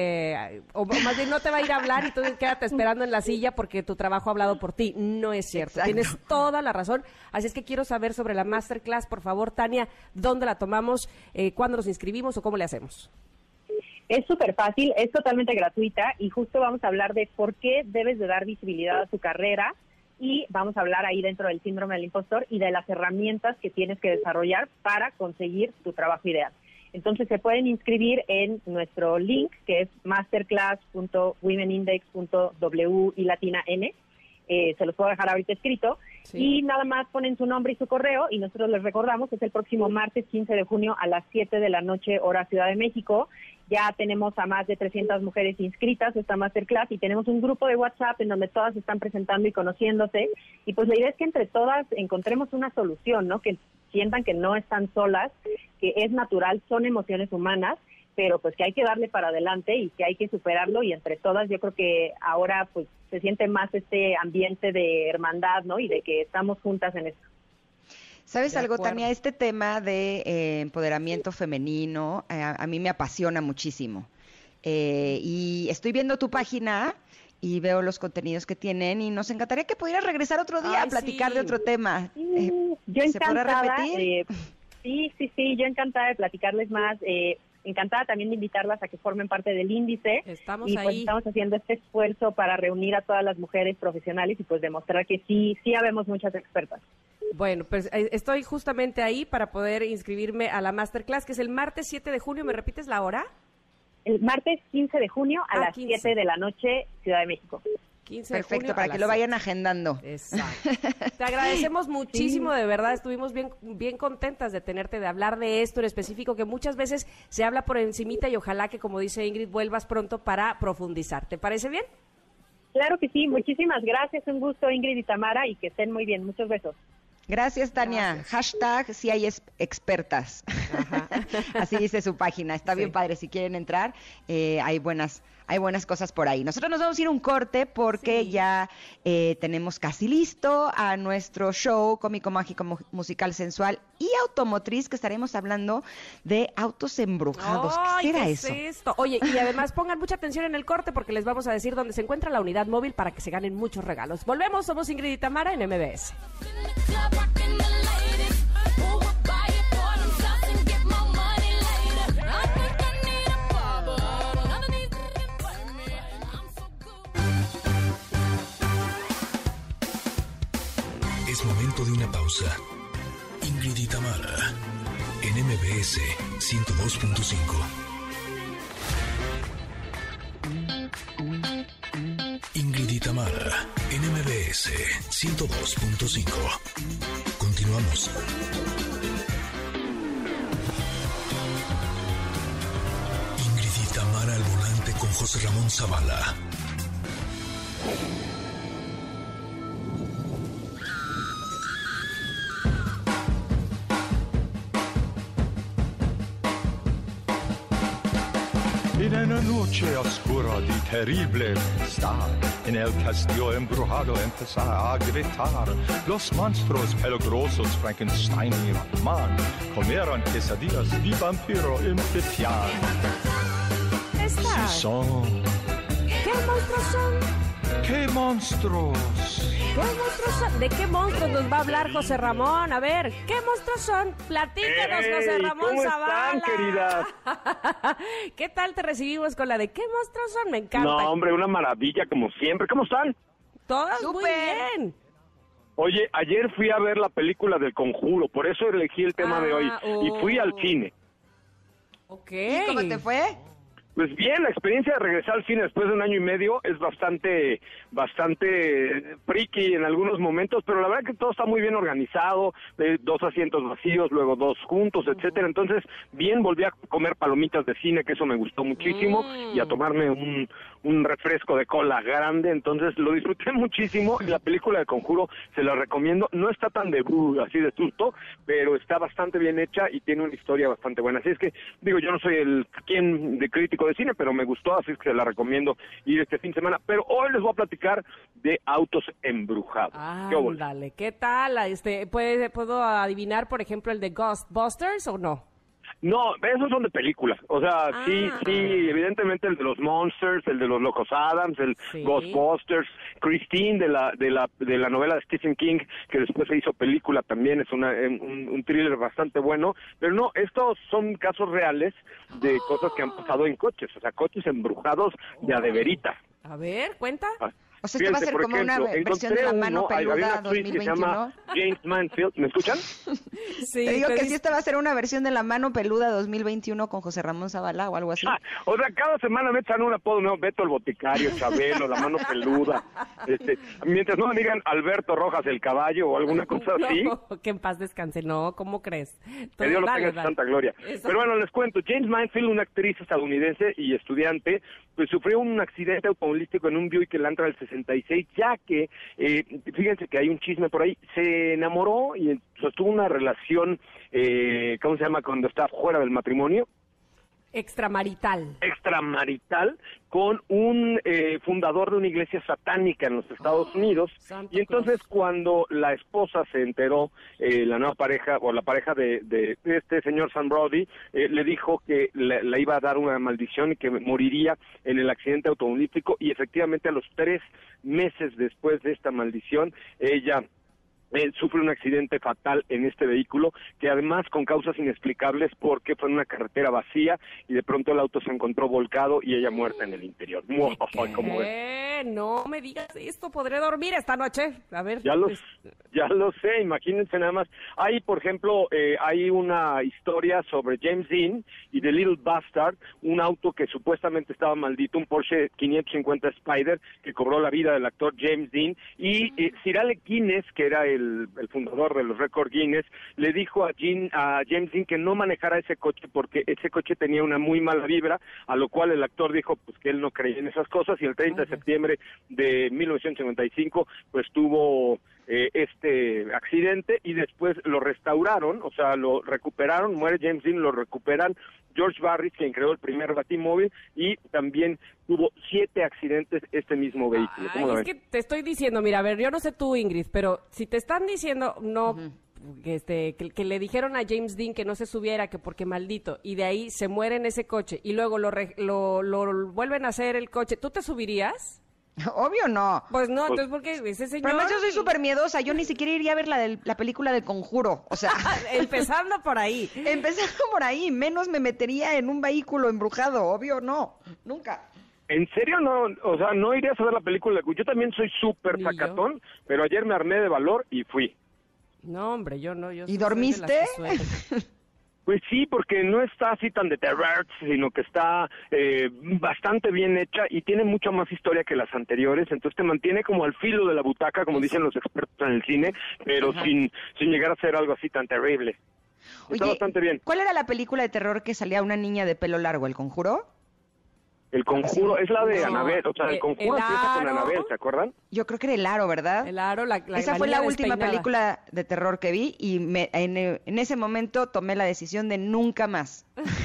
C: o más bien no te va a ir a hablar y tú quédate esperando en la silla porque tu trabajo ha hablado por ti. No es cierto.
B: Exacto.
C: Tienes toda la razón. Así es que quiero saber sobre la masterclass, por favor, Tania, ¿dónde la tomamos? ¿Cuándo nos inscribimos o cómo le hacemos?
G: Es súper fácil, es totalmente gratuita y justo vamos a hablar de por qué debes de dar visibilidad a tu carrera y vamos a hablar ahí dentro del síndrome del impostor y de las herramientas que tienes que desarrollar para conseguir tu trabajo ideal. Entonces se pueden inscribir en nuestro link que es masterclass.womenindex.w y latina n. Se los puedo dejar ahorita escrito. Sí. Y nada más ponen su nombre y su correo y nosotros les recordamos, es el próximo martes 15 de junio a las 7 de la noche, hora Ciudad de México. Ya tenemos a más de 300 mujeres inscritas a esta masterclass y tenemos un grupo de WhatsApp en donde todas se están presentando y conociéndose. Y pues la idea es que entre todas encontremos una solución, ¿no? Que sientan que no están solas, que es natural, son emociones humanas, pero pues que hay que darle para adelante y que hay que superarlo y entre todas yo creo que ahora pues se siente más este ambiente de hermandad, ¿no? Y de que estamos juntas en esto.
B: ¿Sabes algo, Tania? Este tema de empoderamiento femenino a mí me apasiona muchísimo. Y estoy viendo tu página y veo los contenidos que tienen y nos encantaría que pudieras regresar otro día a platicar de otro tema.
G: Yo
B: ¿Se podrá repetir?
G: Sí, yo encantada de platicarles más. Encantada también de invitarlas a que formen parte del índice.
C: Estamos
G: y pues
C: ahí.
G: Estamos haciendo este esfuerzo para reunir a todas las mujeres profesionales y pues demostrar que sí habemos muchas expertas.
C: Bueno, pues estoy justamente ahí para poder inscribirme a la masterclass, que es el martes 7 de junio. ¿Me repites la hora?
G: el martes 15 de junio a las
C: 15.
G: 7 de la noche, Ciudad de México.
C: 15 de
B: Perfecto,
C: junio
B: para
C: a
B: que
C: las
B: lo
C: 7.
B: vayan agendando.
C: Exacto. Te agradecemos muchísimo, de verdad, estuvimos bien contentas de tenerte, de hablar de esto en específico, que muchas veces se habla por encimita y ojalá que, como dice Ingrid, vuelvas pronto para profundizar. ¿Te parece bien?
G: Claro que sí, muchísimas gracias, un gusto Ingrid y Tamara, y que estén muy bien, muchos besos.
B: Gracias, Tania.
C: Gracias.
B: Hashtag si hay expertas.
C: Ajá.
B: Así dice su página. Está
C: Sí.
B: bien padre. Si quieren entrar, hay buenas cosas por ahí. Nosotros nos vamos a ir a un corte porque
C: Sí.
B: ya tenemos casi listo a nuestro show cómico, mágico, musical, sensual y automotriz, que estaremos hablando de autos embrujados.
C: Ay,
B: ¿Qué será
C: ¿qué
B: eso?
C: es esto? Oye, y además pongan mucha atención en el corte porque les vamos a decir dónde se encuentra la unidad móvil para que se ganen muchos regalos. Volvemos, somos Ingrid y Tamara en MBS.
A: Es momento de una pausa. Ingrid y Tamara, en MBS 102.5. Ingrid y Tamara, en MBS 102.5. Continuamos. Ingrid y Tamara al volante con José Ramón Zavala.
I: En una noche oscura y terrible estar en el castillo embrujado empezar a gritar. Los monstruos peligrosos Frankenstein y Batman comieron quesadillas y vampiro Empipián.
C: Esta.
I: Sí son.
C: ¿Qué monstruos son?
I: ¡Qué monstruos!
C: ¿Qué monstruos son? ¿De qué monstruos nos va a hablar José Ramón? A ver, ¿qué monstruos son? Platícanos, José Ramón
J: ¿cómo
C: Zavala.
J: están, queridas?
C: ¿Qué tal te recibimos con la de qué monstruos son? Me encanta.
J: No, hombre, una maravilla como siempre. ¿Cómo están?
C: Todas muy
B: ¡Súper!
C: bien.
J: Oye, ayer fui a ver la película del Conjuro, por eso elegí el tema de hoy. Y fui al cine.
C: Ok.
B: ¿Y cómo te fue?
J: Pues bien, la experiencia de regresar al cine después de 1 año y medio es bastante friki en algunos momentos, pero la verdad que todo está muy bien organizado, 2 asientos vacíos, luego 2 juntos, etcétera. Entonces, bien, volví a comer palomitas de cine, que eso me gustó muchísimo, y a tomarme un refresco de cola grande, entonces lo disfruté muchísimo. Y la película de Conjuro se la recomiendo, no está tan así de susto, pero está bastante bien hecha y tiene una historia bastante buena. Así es que, digo, yo no soy quien de crítico de cine, pero me gustó, así es que se la recomiendo ir este fin de semana. Pero hoy les voy a platicar de autos embrujados. ¿Qué hubo?
C: Ándale, ¿qué tal? ¿Puedo adivinar, por ejemplo, el de Ghostbusters o no?
J: No, esos son de películas. O sea, sí, evidentemente el de los Monsters, el de los Locos Adams, el
C: Sí.
J: Ghostbusters, Christine de la novela de Stephen King, que después se hizo película también, es un thriller bastante bueno. Pero no, estos son casos reales de cosas que han pasado en coches, o sea, coches embrujados de a de verita.
C: A ver, ¿cuenta.
B: O sea, esto va a ser
J: por
B: como una versión de La Mano
J: había una
B: Peluda
J: actriz que se
B: 2021.
J: llama James Mansfield. ¿Me escuchan?
C: Sí,
B: Te digo que
C: dice-
B: sí, esta va a ser una versión de La Mano Peluda 2021 con José Ramón Zavala o algo así.
J: O sea, cada semana me echan un apodo nuevo, Beto el Boticario, Chabelo, La Mano Peluda. Mientras no me digan Alberto Rojas el Caballo o alguna cosa así,
C: No, que en paz descanse. No, ¿cómo crees?
J: que Dios lo
C: Dale,
J: tenga en su
C: dale.
J: santa gloria.
C: Exacto.
J: Pero bueno, les cuento, James Mansfield, una actriz estadounidense y estudiante, pues sufrió un accidente automovilístico en un Buick Elantra del 66, ya que, fíjense que hay un chisme por ahí, se enamoró y sostuvo una relación, ¿cómo se llama? Cuando está fuera del matrimonio.
C: Extramarital.
J: Extramarital con un fundador de una iglesia satánica en los Estados Unidos.
C: Santo
J: Y entonces
C: Claus.
J: cuando la esposa se enteró, la nueva pareja o la pareja de este señor Sam Brody, le dijo que le iba a dar una maldición y que moriría en el accidente automovilístico, y efectivamente a los 3 meses después de esta maldición ella sufre un accidente fatal en este vehículo, que además con causas inexplicables porque fue en una carretera vacía y de pronto el auto se encontró volcado y ella muerta en el interior. ¿Cómo ves?
C: No me digas esto, podré dormir esta noche. A ver.
J: Ya lo sé, imagínense nada más. Hay, por ejemplo, hay una historia sobre James Dean y The Little Bastard, un auto que supuestamente estaba maldito, un Porsche 550 Spider, que cobró la vida del actor James Dean, y Sir Alec Guinness, que era el fundador de los récords Guinness, le dijo a James Dean que no manejara ese coche porque ese coche tenía una muy mala vibra, a lo cual el actor dijo pues que él no creía en esas cosas, y el 30 de septiembre de 1955 pues tuvo este accidente y después lo restauraron, o sea, lo recuperaron, muere James Dean, lo recuperan George Barris, quien creó el primer Batimóvil, y también tuvo 7 accidentes este mismo vehículo. ¿Cómo lo ven?
C: Es que te estoy diciendo, mira, a ver, yo no sé tú, Ingrid, pero si te están diciendo que le dijeron a James Dean que no se subiera, que porque maldito, y de ahí se muere en ese coche, y luego lo vuelven a hacer el coche, ¿tú te subirías?
B: Obvio no.
C: Pues no, entonces porque ese señor...
B: Pero además yo soy súper miedosa, yo ni siquiera iría a ver la película del Conjuro, o sea...
C: Empezando por ahí.
B: Empezando por ahí, menos me metería en un vehículo embrujado, obvio no, nunca.
J: ¿En serio no? O sea, ¿no irías a ver la película? Yo también soy súper sacatón, pero ayer me armé de valor y fui.
C: No, hombre, yo no.
B: ¿Y dormiste?
J: Pues sí, porque no está así tan de terror, sino que está bastante bien hecha y tiene mucha más historia que las anteriores, entonces te mantiene como al filo de la butaca, como dicen los expertos en el cine, pero sin llegar a ser algo así tan terrible. Está bastante bien.
B: ¿Cuál era la película de terror que salía una niña de pelo largo, El Conjuro?
J: El Conjuro es la de Annabelle, o sea, El Conjuro empieza con Annabelle, ¿se acuerdan?
B: Yo creo que era El Aro, ¿verdad?
C: El Aro,
B: esa fue la última película de terror que vi y en ese momento tomé la decisión de nunca más.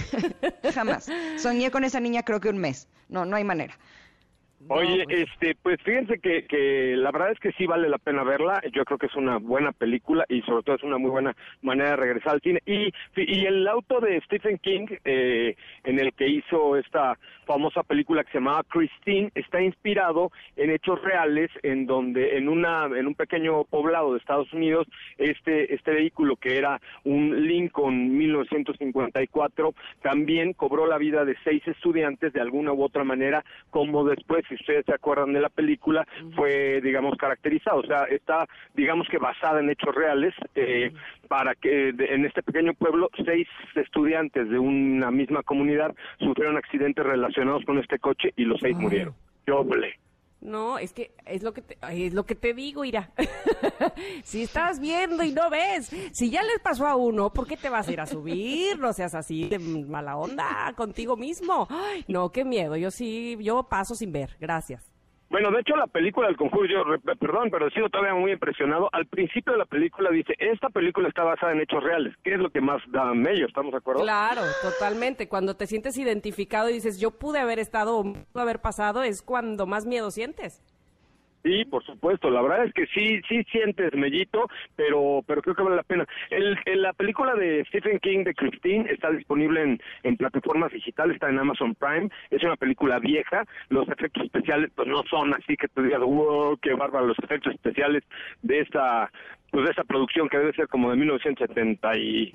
B: Jamás. Soñé con esa niña creo que un mes. No hay manera.
J: Oye, pues fíjense que la verdad es que sí vale la pena verla. Yo creo que es una buena película y sobre todo es una muy buena manera de regresar al cine. Y el auto de Stephen King, en el que hizo esta famosa película que se llamaba Christine, está inspirado en hechos reales, en donde en un pequeño poblado de Estados Unidos, este vehículo que era un Lincoln 1954 también cobró la vida de 6 estudiantes de alguna u otra manera, como después, si ustedes se acuerdan de la película, fue, digamos, caracterizado. O sea, está, digamos que basada en hechos reales, para que en este pequeño pueblo 6 estudiantes de una misma comunidad sufrieron accidentes relacionados con este coche y los 6 murieron. ¡Doble!
C: No, es que es lo que te digo, Ira. Si estás viendo y no ves, si ya les pasó a uno, ¿por qué te vas a ir a subir? No seas así de mala onda contigo mismo. Ay, no, qué miedo. Yo paso sin ver. Gracias.
J: Bueno, de hecho la película del Conjuro, perdón, pero sigo todavía muy impresionado. Al principio de la película dice, esta película está basada en hechos reales. ¿Qué es lo que más da mello? ¿Estamos de acuerdo?
C: Claro, totalmente. Cuando te sientes identificado y dices, yo pude haber estado o pudo haber pasado, es cuando más miedo sientes.
J: Sí, por supuesto, la verdad es que sí sientes mellito, pero creo que vale la pena. La película de Stephen King de Christine está disponible en plataformas digitales, está en Amazon Prime, es una película vieja, los efectos especiales pues no son así que te digas, wow, qué bárbaro, los efectos especiales de esta producción que debe ser como de 1970 y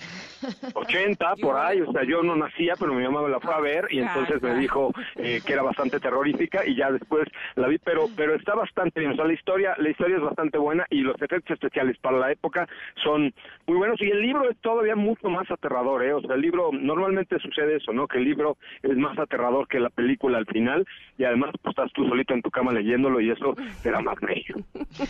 J: 80, por ahí, o sea, yo no nacía, pero mi mamá me la fue a ver y entonces me dijo que era bastante terrorífica y ya después la vi, pero está bastante bien, o sea, la historia es bastante buena y los efectos especiales para la época son muy buenos y el libro es todavía mucho más aterrador, o sea, el libro, normalmente sucede eso, ¿no? Que el libro es más aterrador que la película al final y además pues estás tú solito en tu cama leyéndolo y eso te da más bello.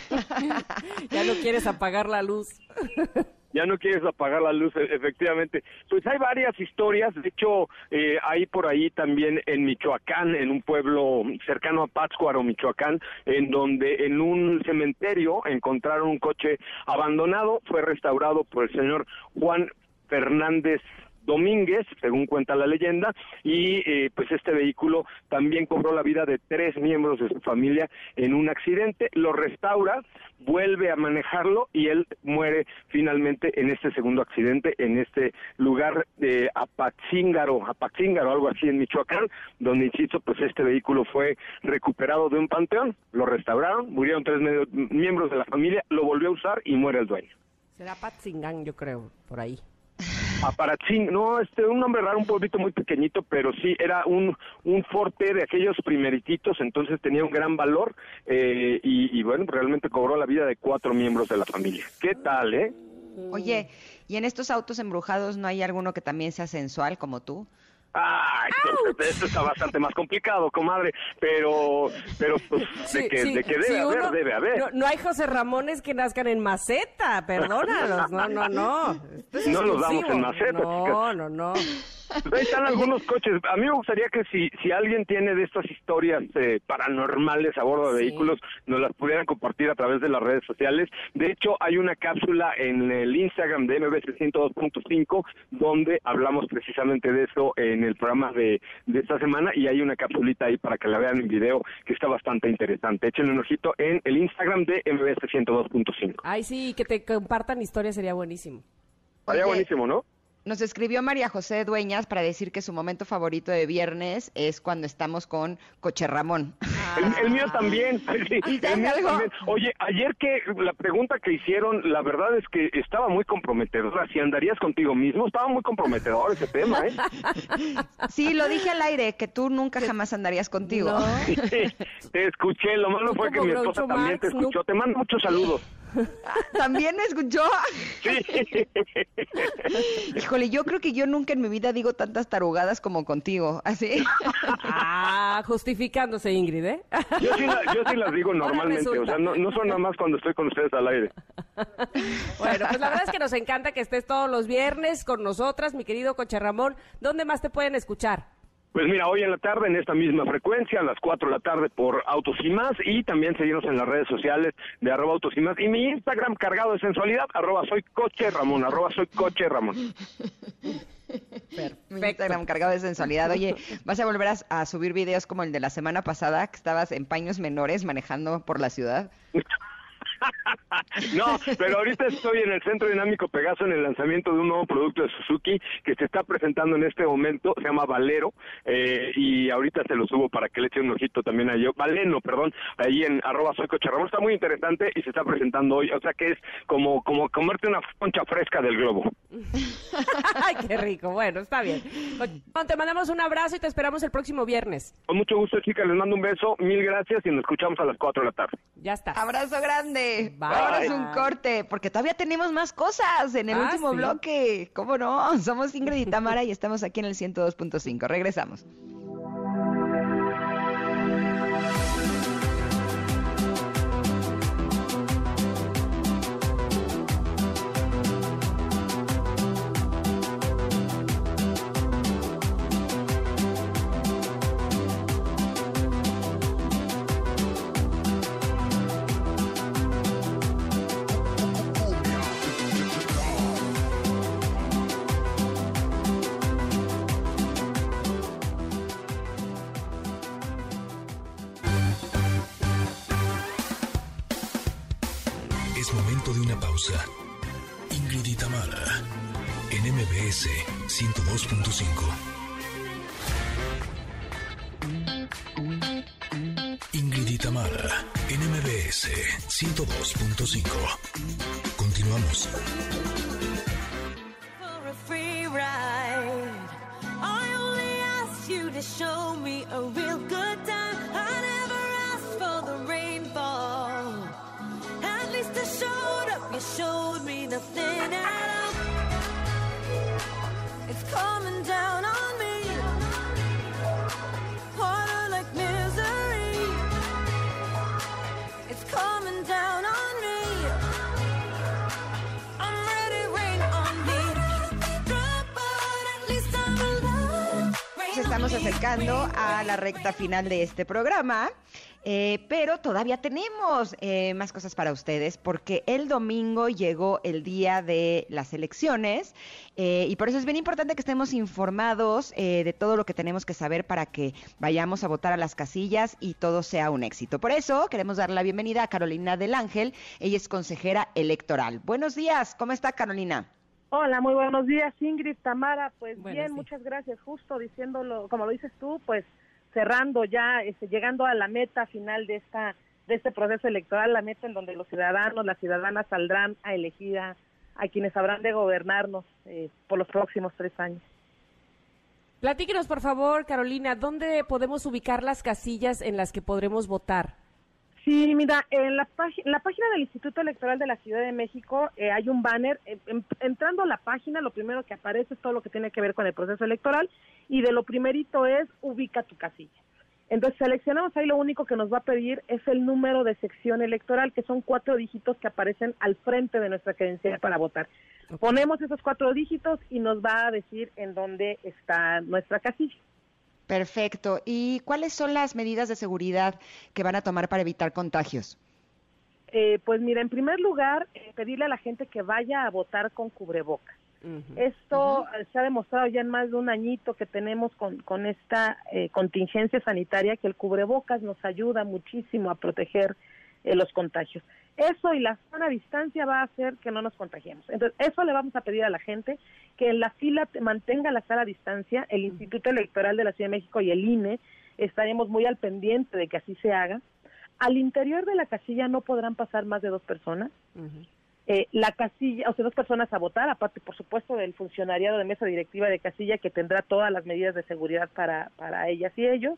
C: Ya no quieres apagar la luz.
J: Ya no quieres apagar la luz, efectivamente. Pues hay varias historias, de hecho, hay por ahí también en Michoacán, en un pueblo cercano a Pátzcuaro, Michoacán, en donde en un cementerio encontraron un coche abandonado, fue restaurado por el señor Juan Fernández Domínguez, según cuenta la leyenda, y pues este vehículo también cobró la vida de 3 miembros de su familia en un accidente. Lo restaura, vuelve a manejarlo y él muere finalmente en este segundo accidente, en este lugar de Apatzingaro, algo así en Michoacán, donde, insisto, pues este vehículo fue recuperado de un panteón, lo restauraron, murieron 3 miembros de la familia, lo volvió a usar y muere el dueño.
C: Será Patzingán, yo creo, por ahí.
J: Aparatzin, no, un nombre raro, un pueblito muy pequeñito, pero sí, era un forte de aquellos primerititos, entonces tenía un gran valor, y bueno, realmente cobró la vida de 4 miembros de la familia. ¿Qué tal,
B: Oye, ¿y en estos autos embrujados no hay alguno que también sea sensual como tú?
J: Esto está bastante más complicado, comadre, pero pues de que debe haber.
C: No hay José Ramones que nazcan en maceta, perdónalos, no.
J: No los damos en maceta, chicas.
C: No.
J: Ahí están algunos coches. A mí me gustaría que si alguien tiene de estas historias paranormales a bordo de vehículos, nos las pudieran compartir a través de las redes sociales. De hecho, hay una cápsula en el Instagram de MBS 102.5 donde hablamos precisamente de eso en el programa de esta semana, y hay una capsulita ahí para que la vean en video que está bastante interesante. Échenle un ojito en el Instagram de MBS 102.5.
C: Ay, sí, que te compartan historias sería buenísimo.
J: Sería buenísimo, ¿no?
B: Nos escribió María José Dueñas para decir que su momento favorito de viernes es cuando estamos con Coche Ramón.
J: El mío también. Sí, el mío también. Oye, ayer que la pregunta que hicieron, la verdad es que estaba muy comprometedora. Si andarías contigo mismo, estaba muy comprometedor ese tema, ¿eh?
B: Sí, lo dije al aire, que tú nunca jamás andarías contigo.
C: No.
J: Sí, te escuché, lo malo fue que mi esposa también te escuchó. Te mando muchos saludos.
B: ¿También me escuchó?
J: Sí.
B: Híjole, yo creo que yo nunca en mi vida digo tantas tarugadas como contigo, ¿así?
C: Justificándose, Ingrid, ¿eh?
J: Yo sí las digo normalmente, o sea, no son nada más cuando estoy con ustedes al aire.
C: Bueno, pues la verdad es que nos encanta que estés todos los viernes con nosotras, mi querido Coche Ramón. ¿Dónde más te pueden escuchar?
J: Pues mira, hoy en la tarde en esta misma frecuencia, a las 4 de la tarde por Autos y Más, y también seguirnos en las redes sociales de @Autos y Más, y mi Instagram cargado de sensualidad, @soycocheramón, @soycocheramón.
B: Perfecto. Mi Instagram cargado de sensualidad. Oye, ¿vas a volver a subir videos como el de la semana pasada, que estabas en paños menores manejando por la ciudad?
J: No, pero ahorita estoy en el Centro Dinámico Pegaso en el lanzamiento de un nuevo producto de Suzuki que se está presentando en este momento, se llama Valero, y ahorita se lo subo para que le eche un ojito también a yo, Valeno, perdón, ahí en @soycocherramón. Está muy interesante y se está presentando hoy, o sea que es como comerte una concha fresca del globo.
C: Ay, qué rico, bueno, está bien. Te mandamos un abrazo y te esperamos el próximo viernes.
J: Con mucho gusto, chicas, les mando un beso, mil gracias y nos escuchamos a las 4 de la tarde.
C: Ya está.
B: Abrazo grande.
C: Bye.
B: Vámonos un corte, porque todavía tenemos más cosas en el último bloque. ¿Cómo no? Somos Ingrid y Tamara y estamos aquí en el 102.5. Regresamos.
A: Es momento de una pausa. Ingrid y Tamara, en MBS 102.5. Ingrid y Tamara, en MBS 102.5. Continuamos.
D: For a free ride, I only asked you to show me a real good time. I never asked for the rainfall. At least I showed up, you showed me nothing at all. It's coming down on me, harder like misery. It's coming down on me. I'm ready, rain on me. Drop, but at least I'm alive.
B: Se está estamos acercando a la recta final de este programa. Pero todavía tenemos más cosas para ustedes, porque el domingo llegó el día de las elecciones y por eso es bien importante que estemos informados de todo lo que tenemos que saber para que vayamos a votar a las casillas y todo sea un éxito. Por eso queremos dar la bienvenida a Carolina del Ángel. Ella es consejera electoral. Buenos días, ¿cómo está, Carolina?
K: Hola, muy buenos días, Ingrid, Tamara. Pues
C: Buenos
K: bien,
C: días.
K: Muchas gracias. Justo diciéndolo, como lo dices tú, pues cerrando ya, llegando a la meta final de este proceso electoral, la meta en donde los ciudadanos, las ciudadanas saldrán a elegir a quienes habrán de gobernarnos por los próximos 3 años.
C: Platíquenos, por favor, Carolina, ¿dónde podemos ubicar las casillas en las que podremos votar?
K: Sí, mira, en la página del Instituto Electoral de la Ciudad de México hay un banner. Entrando a la página, lo primero que aparece es todo lo que tiene que ver con el proceso electoral, y de lo primerito es ubica tu casilla. Entonces seleccionamos ahí, lo único que nos va a pedir es el número de sección electoral, que son 4 dígitos que aparecen al frente de nuestra credencial para votar. Okay. Ponemos esos 4 dígitos y nos va a decir en dónde está nuestra casilla.
B: Perfecto. ¿Y cuáles son las medidas de seguridad que van a tomar para evitar contagios?
K: Pues mira, en primer lugar, pedirle a la gente que vaya a votar con cubrebocas. Esto se ha demostrado ya en más de un añito que tenemos con esta contingencia sanitaria, que el cubrebocas nos ayuda muchísimo a proteger los contagios. Eso y la sana distancia va a hacer que no nos contagiemos. Entonces, eso le vamos a pedir a la gente, que en la fila mantenga la sana distancia. El Instituto Electoral de la Ciudad de México y el INE estaremos muy al pendiente de que así se haga. Al interior de la casilla no podrán pasar más de 2 personas. La casilla, 2 personas a votar, aparte, por supuesto, del funcionariado de mesa directiva de casilla, que tendrá todas las medidas de seguridad para ellas y ellos.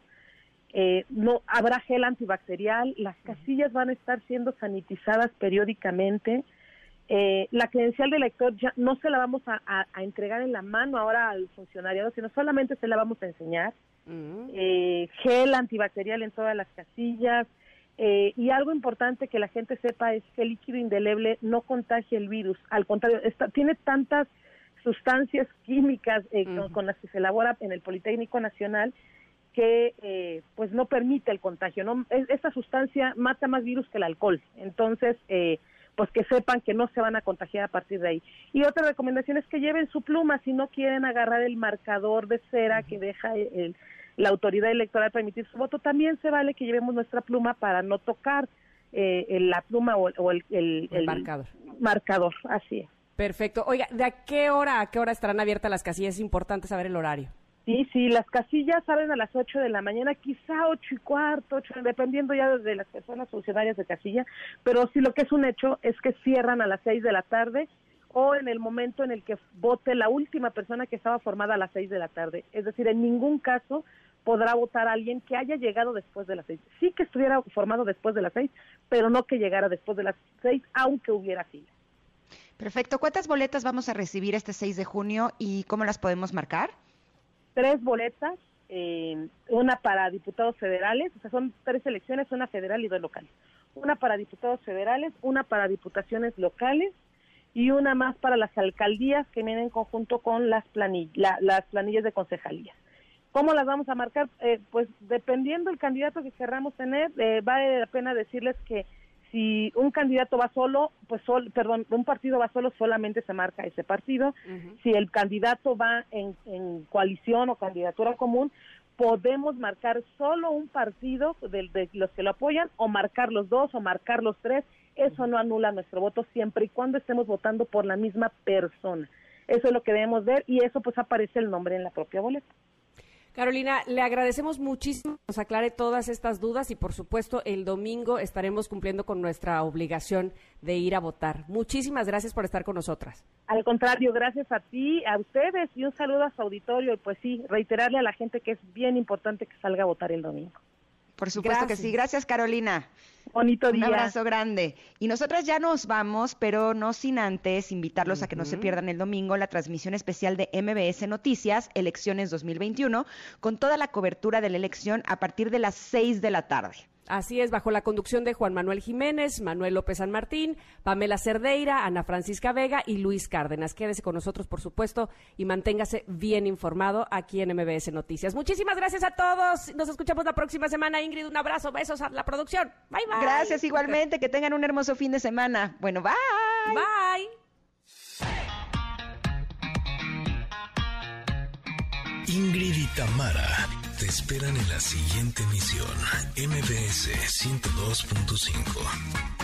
K: No habrá gel antibacterial, las casillas van a estar siendo sanitizadas periódicamente. La credencial de elector ya no se la vamos a entregar en la mano ahora al funcionariado, sino solamente se la vamos a enseñar. Gel antibacterial en todas las casillas. Y algo importante que la gente sepa es que el líquido indeleble no contagia el virus, al contrario, tiene tantas sustancias químicas con las que se elabora en el Politécnico Nacional que pues no permite el contagio, ¿no? Esta sustancia mata más virus que el alcohol, entonces pues que sepan que no se van a contagiar a partir de ahí. Y otra recomendación es que lleven su pluma si no quieren agarrar el marcador de cera que deja la autoridad electoral para emitir su voto. También se vale que llevemos nuestra pluma para no tocar la pluma o el marcador, así es.
C: Perfecto. Oiga, ¿de a qué hora estarán abiertas las casillas? Es importante saber el horario.
K: Sí, las casillas abren a las 8 de la mañana, quizá 8:15, 8, dependiendo ya de las personas funcionarias de casilla, pero sí, lo que es un hecho es que cierran a las 6 de la tarde o en el momento en el que vote la última persona que estaba formada a las 6 de la tarde. Es decir, en ningún caso podrá votar alguien que haya llegado después de las 6. Sí que estuviera formado después de las 6, pero no que llegara después de las 6, aunque hubiera fila.
B: Perfecto. ¿Cuántas boletas vamos a recibir este 6 de junio y cómo las podemos marcar?
K: 3 boletas, una para diputados federales, o sea, son 3 elecciones, una federal y 2 locales. Una para diputados federales, una para diputaciones locales y una más para las alcaldías, que vienen en conjunto con las planillas de concejalías. ¿Cómo las vamos a marcar? Pues dependiendo del candidato que querramos tener, vale la pena decirles que si un candidato va solo, un partido va solo, solamente se marca ese partido. Si el candidato va en coalición o candidatura común, podemos marcar solo un partido de los que lo apoyan, o marcar los 2 o marcar los 3. Eso no anula nuestro voto, siempre y cuando estemos votando por la misma persona. Eso es lo que debemos ver, y eso pues aparece el nombre en la propia boleta.
C: Carolina, le agradecemos muchísimo que nos aclare todas estas dudas y, por supuesto, el domingo estaremos cumpliendo con nuestra obligación de ir a votar. Muchísimas gracias por estar con nosotras.
K: Al contrario, gracias a ti, a ustedes, y un saludo a su auditorio. Y pues sí, reiterarle a la gente que es bien importante que salga a votar el domingo.
B: Por supuesto que sí. Gracias, Carolina.
K: Bonito día.
B: Un abrazo grande. Y nosotras ya nos vamos, pero no sin antes invitarlos a que no se pierdan el domingo la transmisión especial de MBS Noticias, Elecciones 2021, con toda la cobertura de la elección a partir de las 6 de la tarde.
C: Así es, bajo la conducción de Juan Manuel Jiménez, Manuel López San Martín, Pamela Cerdeira, Ana Francisca Vega y Luis Cárdenas. Quédese con nosotros, por supuesto, y manténgase bien informado aquí en MBS Noticias. Muchísimas gracias a todos. Nos escuchamos la próxima semana. Ingrid, un abrazo, besos a la producción. Bye, bye.
B: Gracias igualmente, que tengan un hermoso fin de semana. Bueno, bye.
C: Bye.
A: Ingrid y Tamara te esperan en la siguiente emisión, MBS 102.5.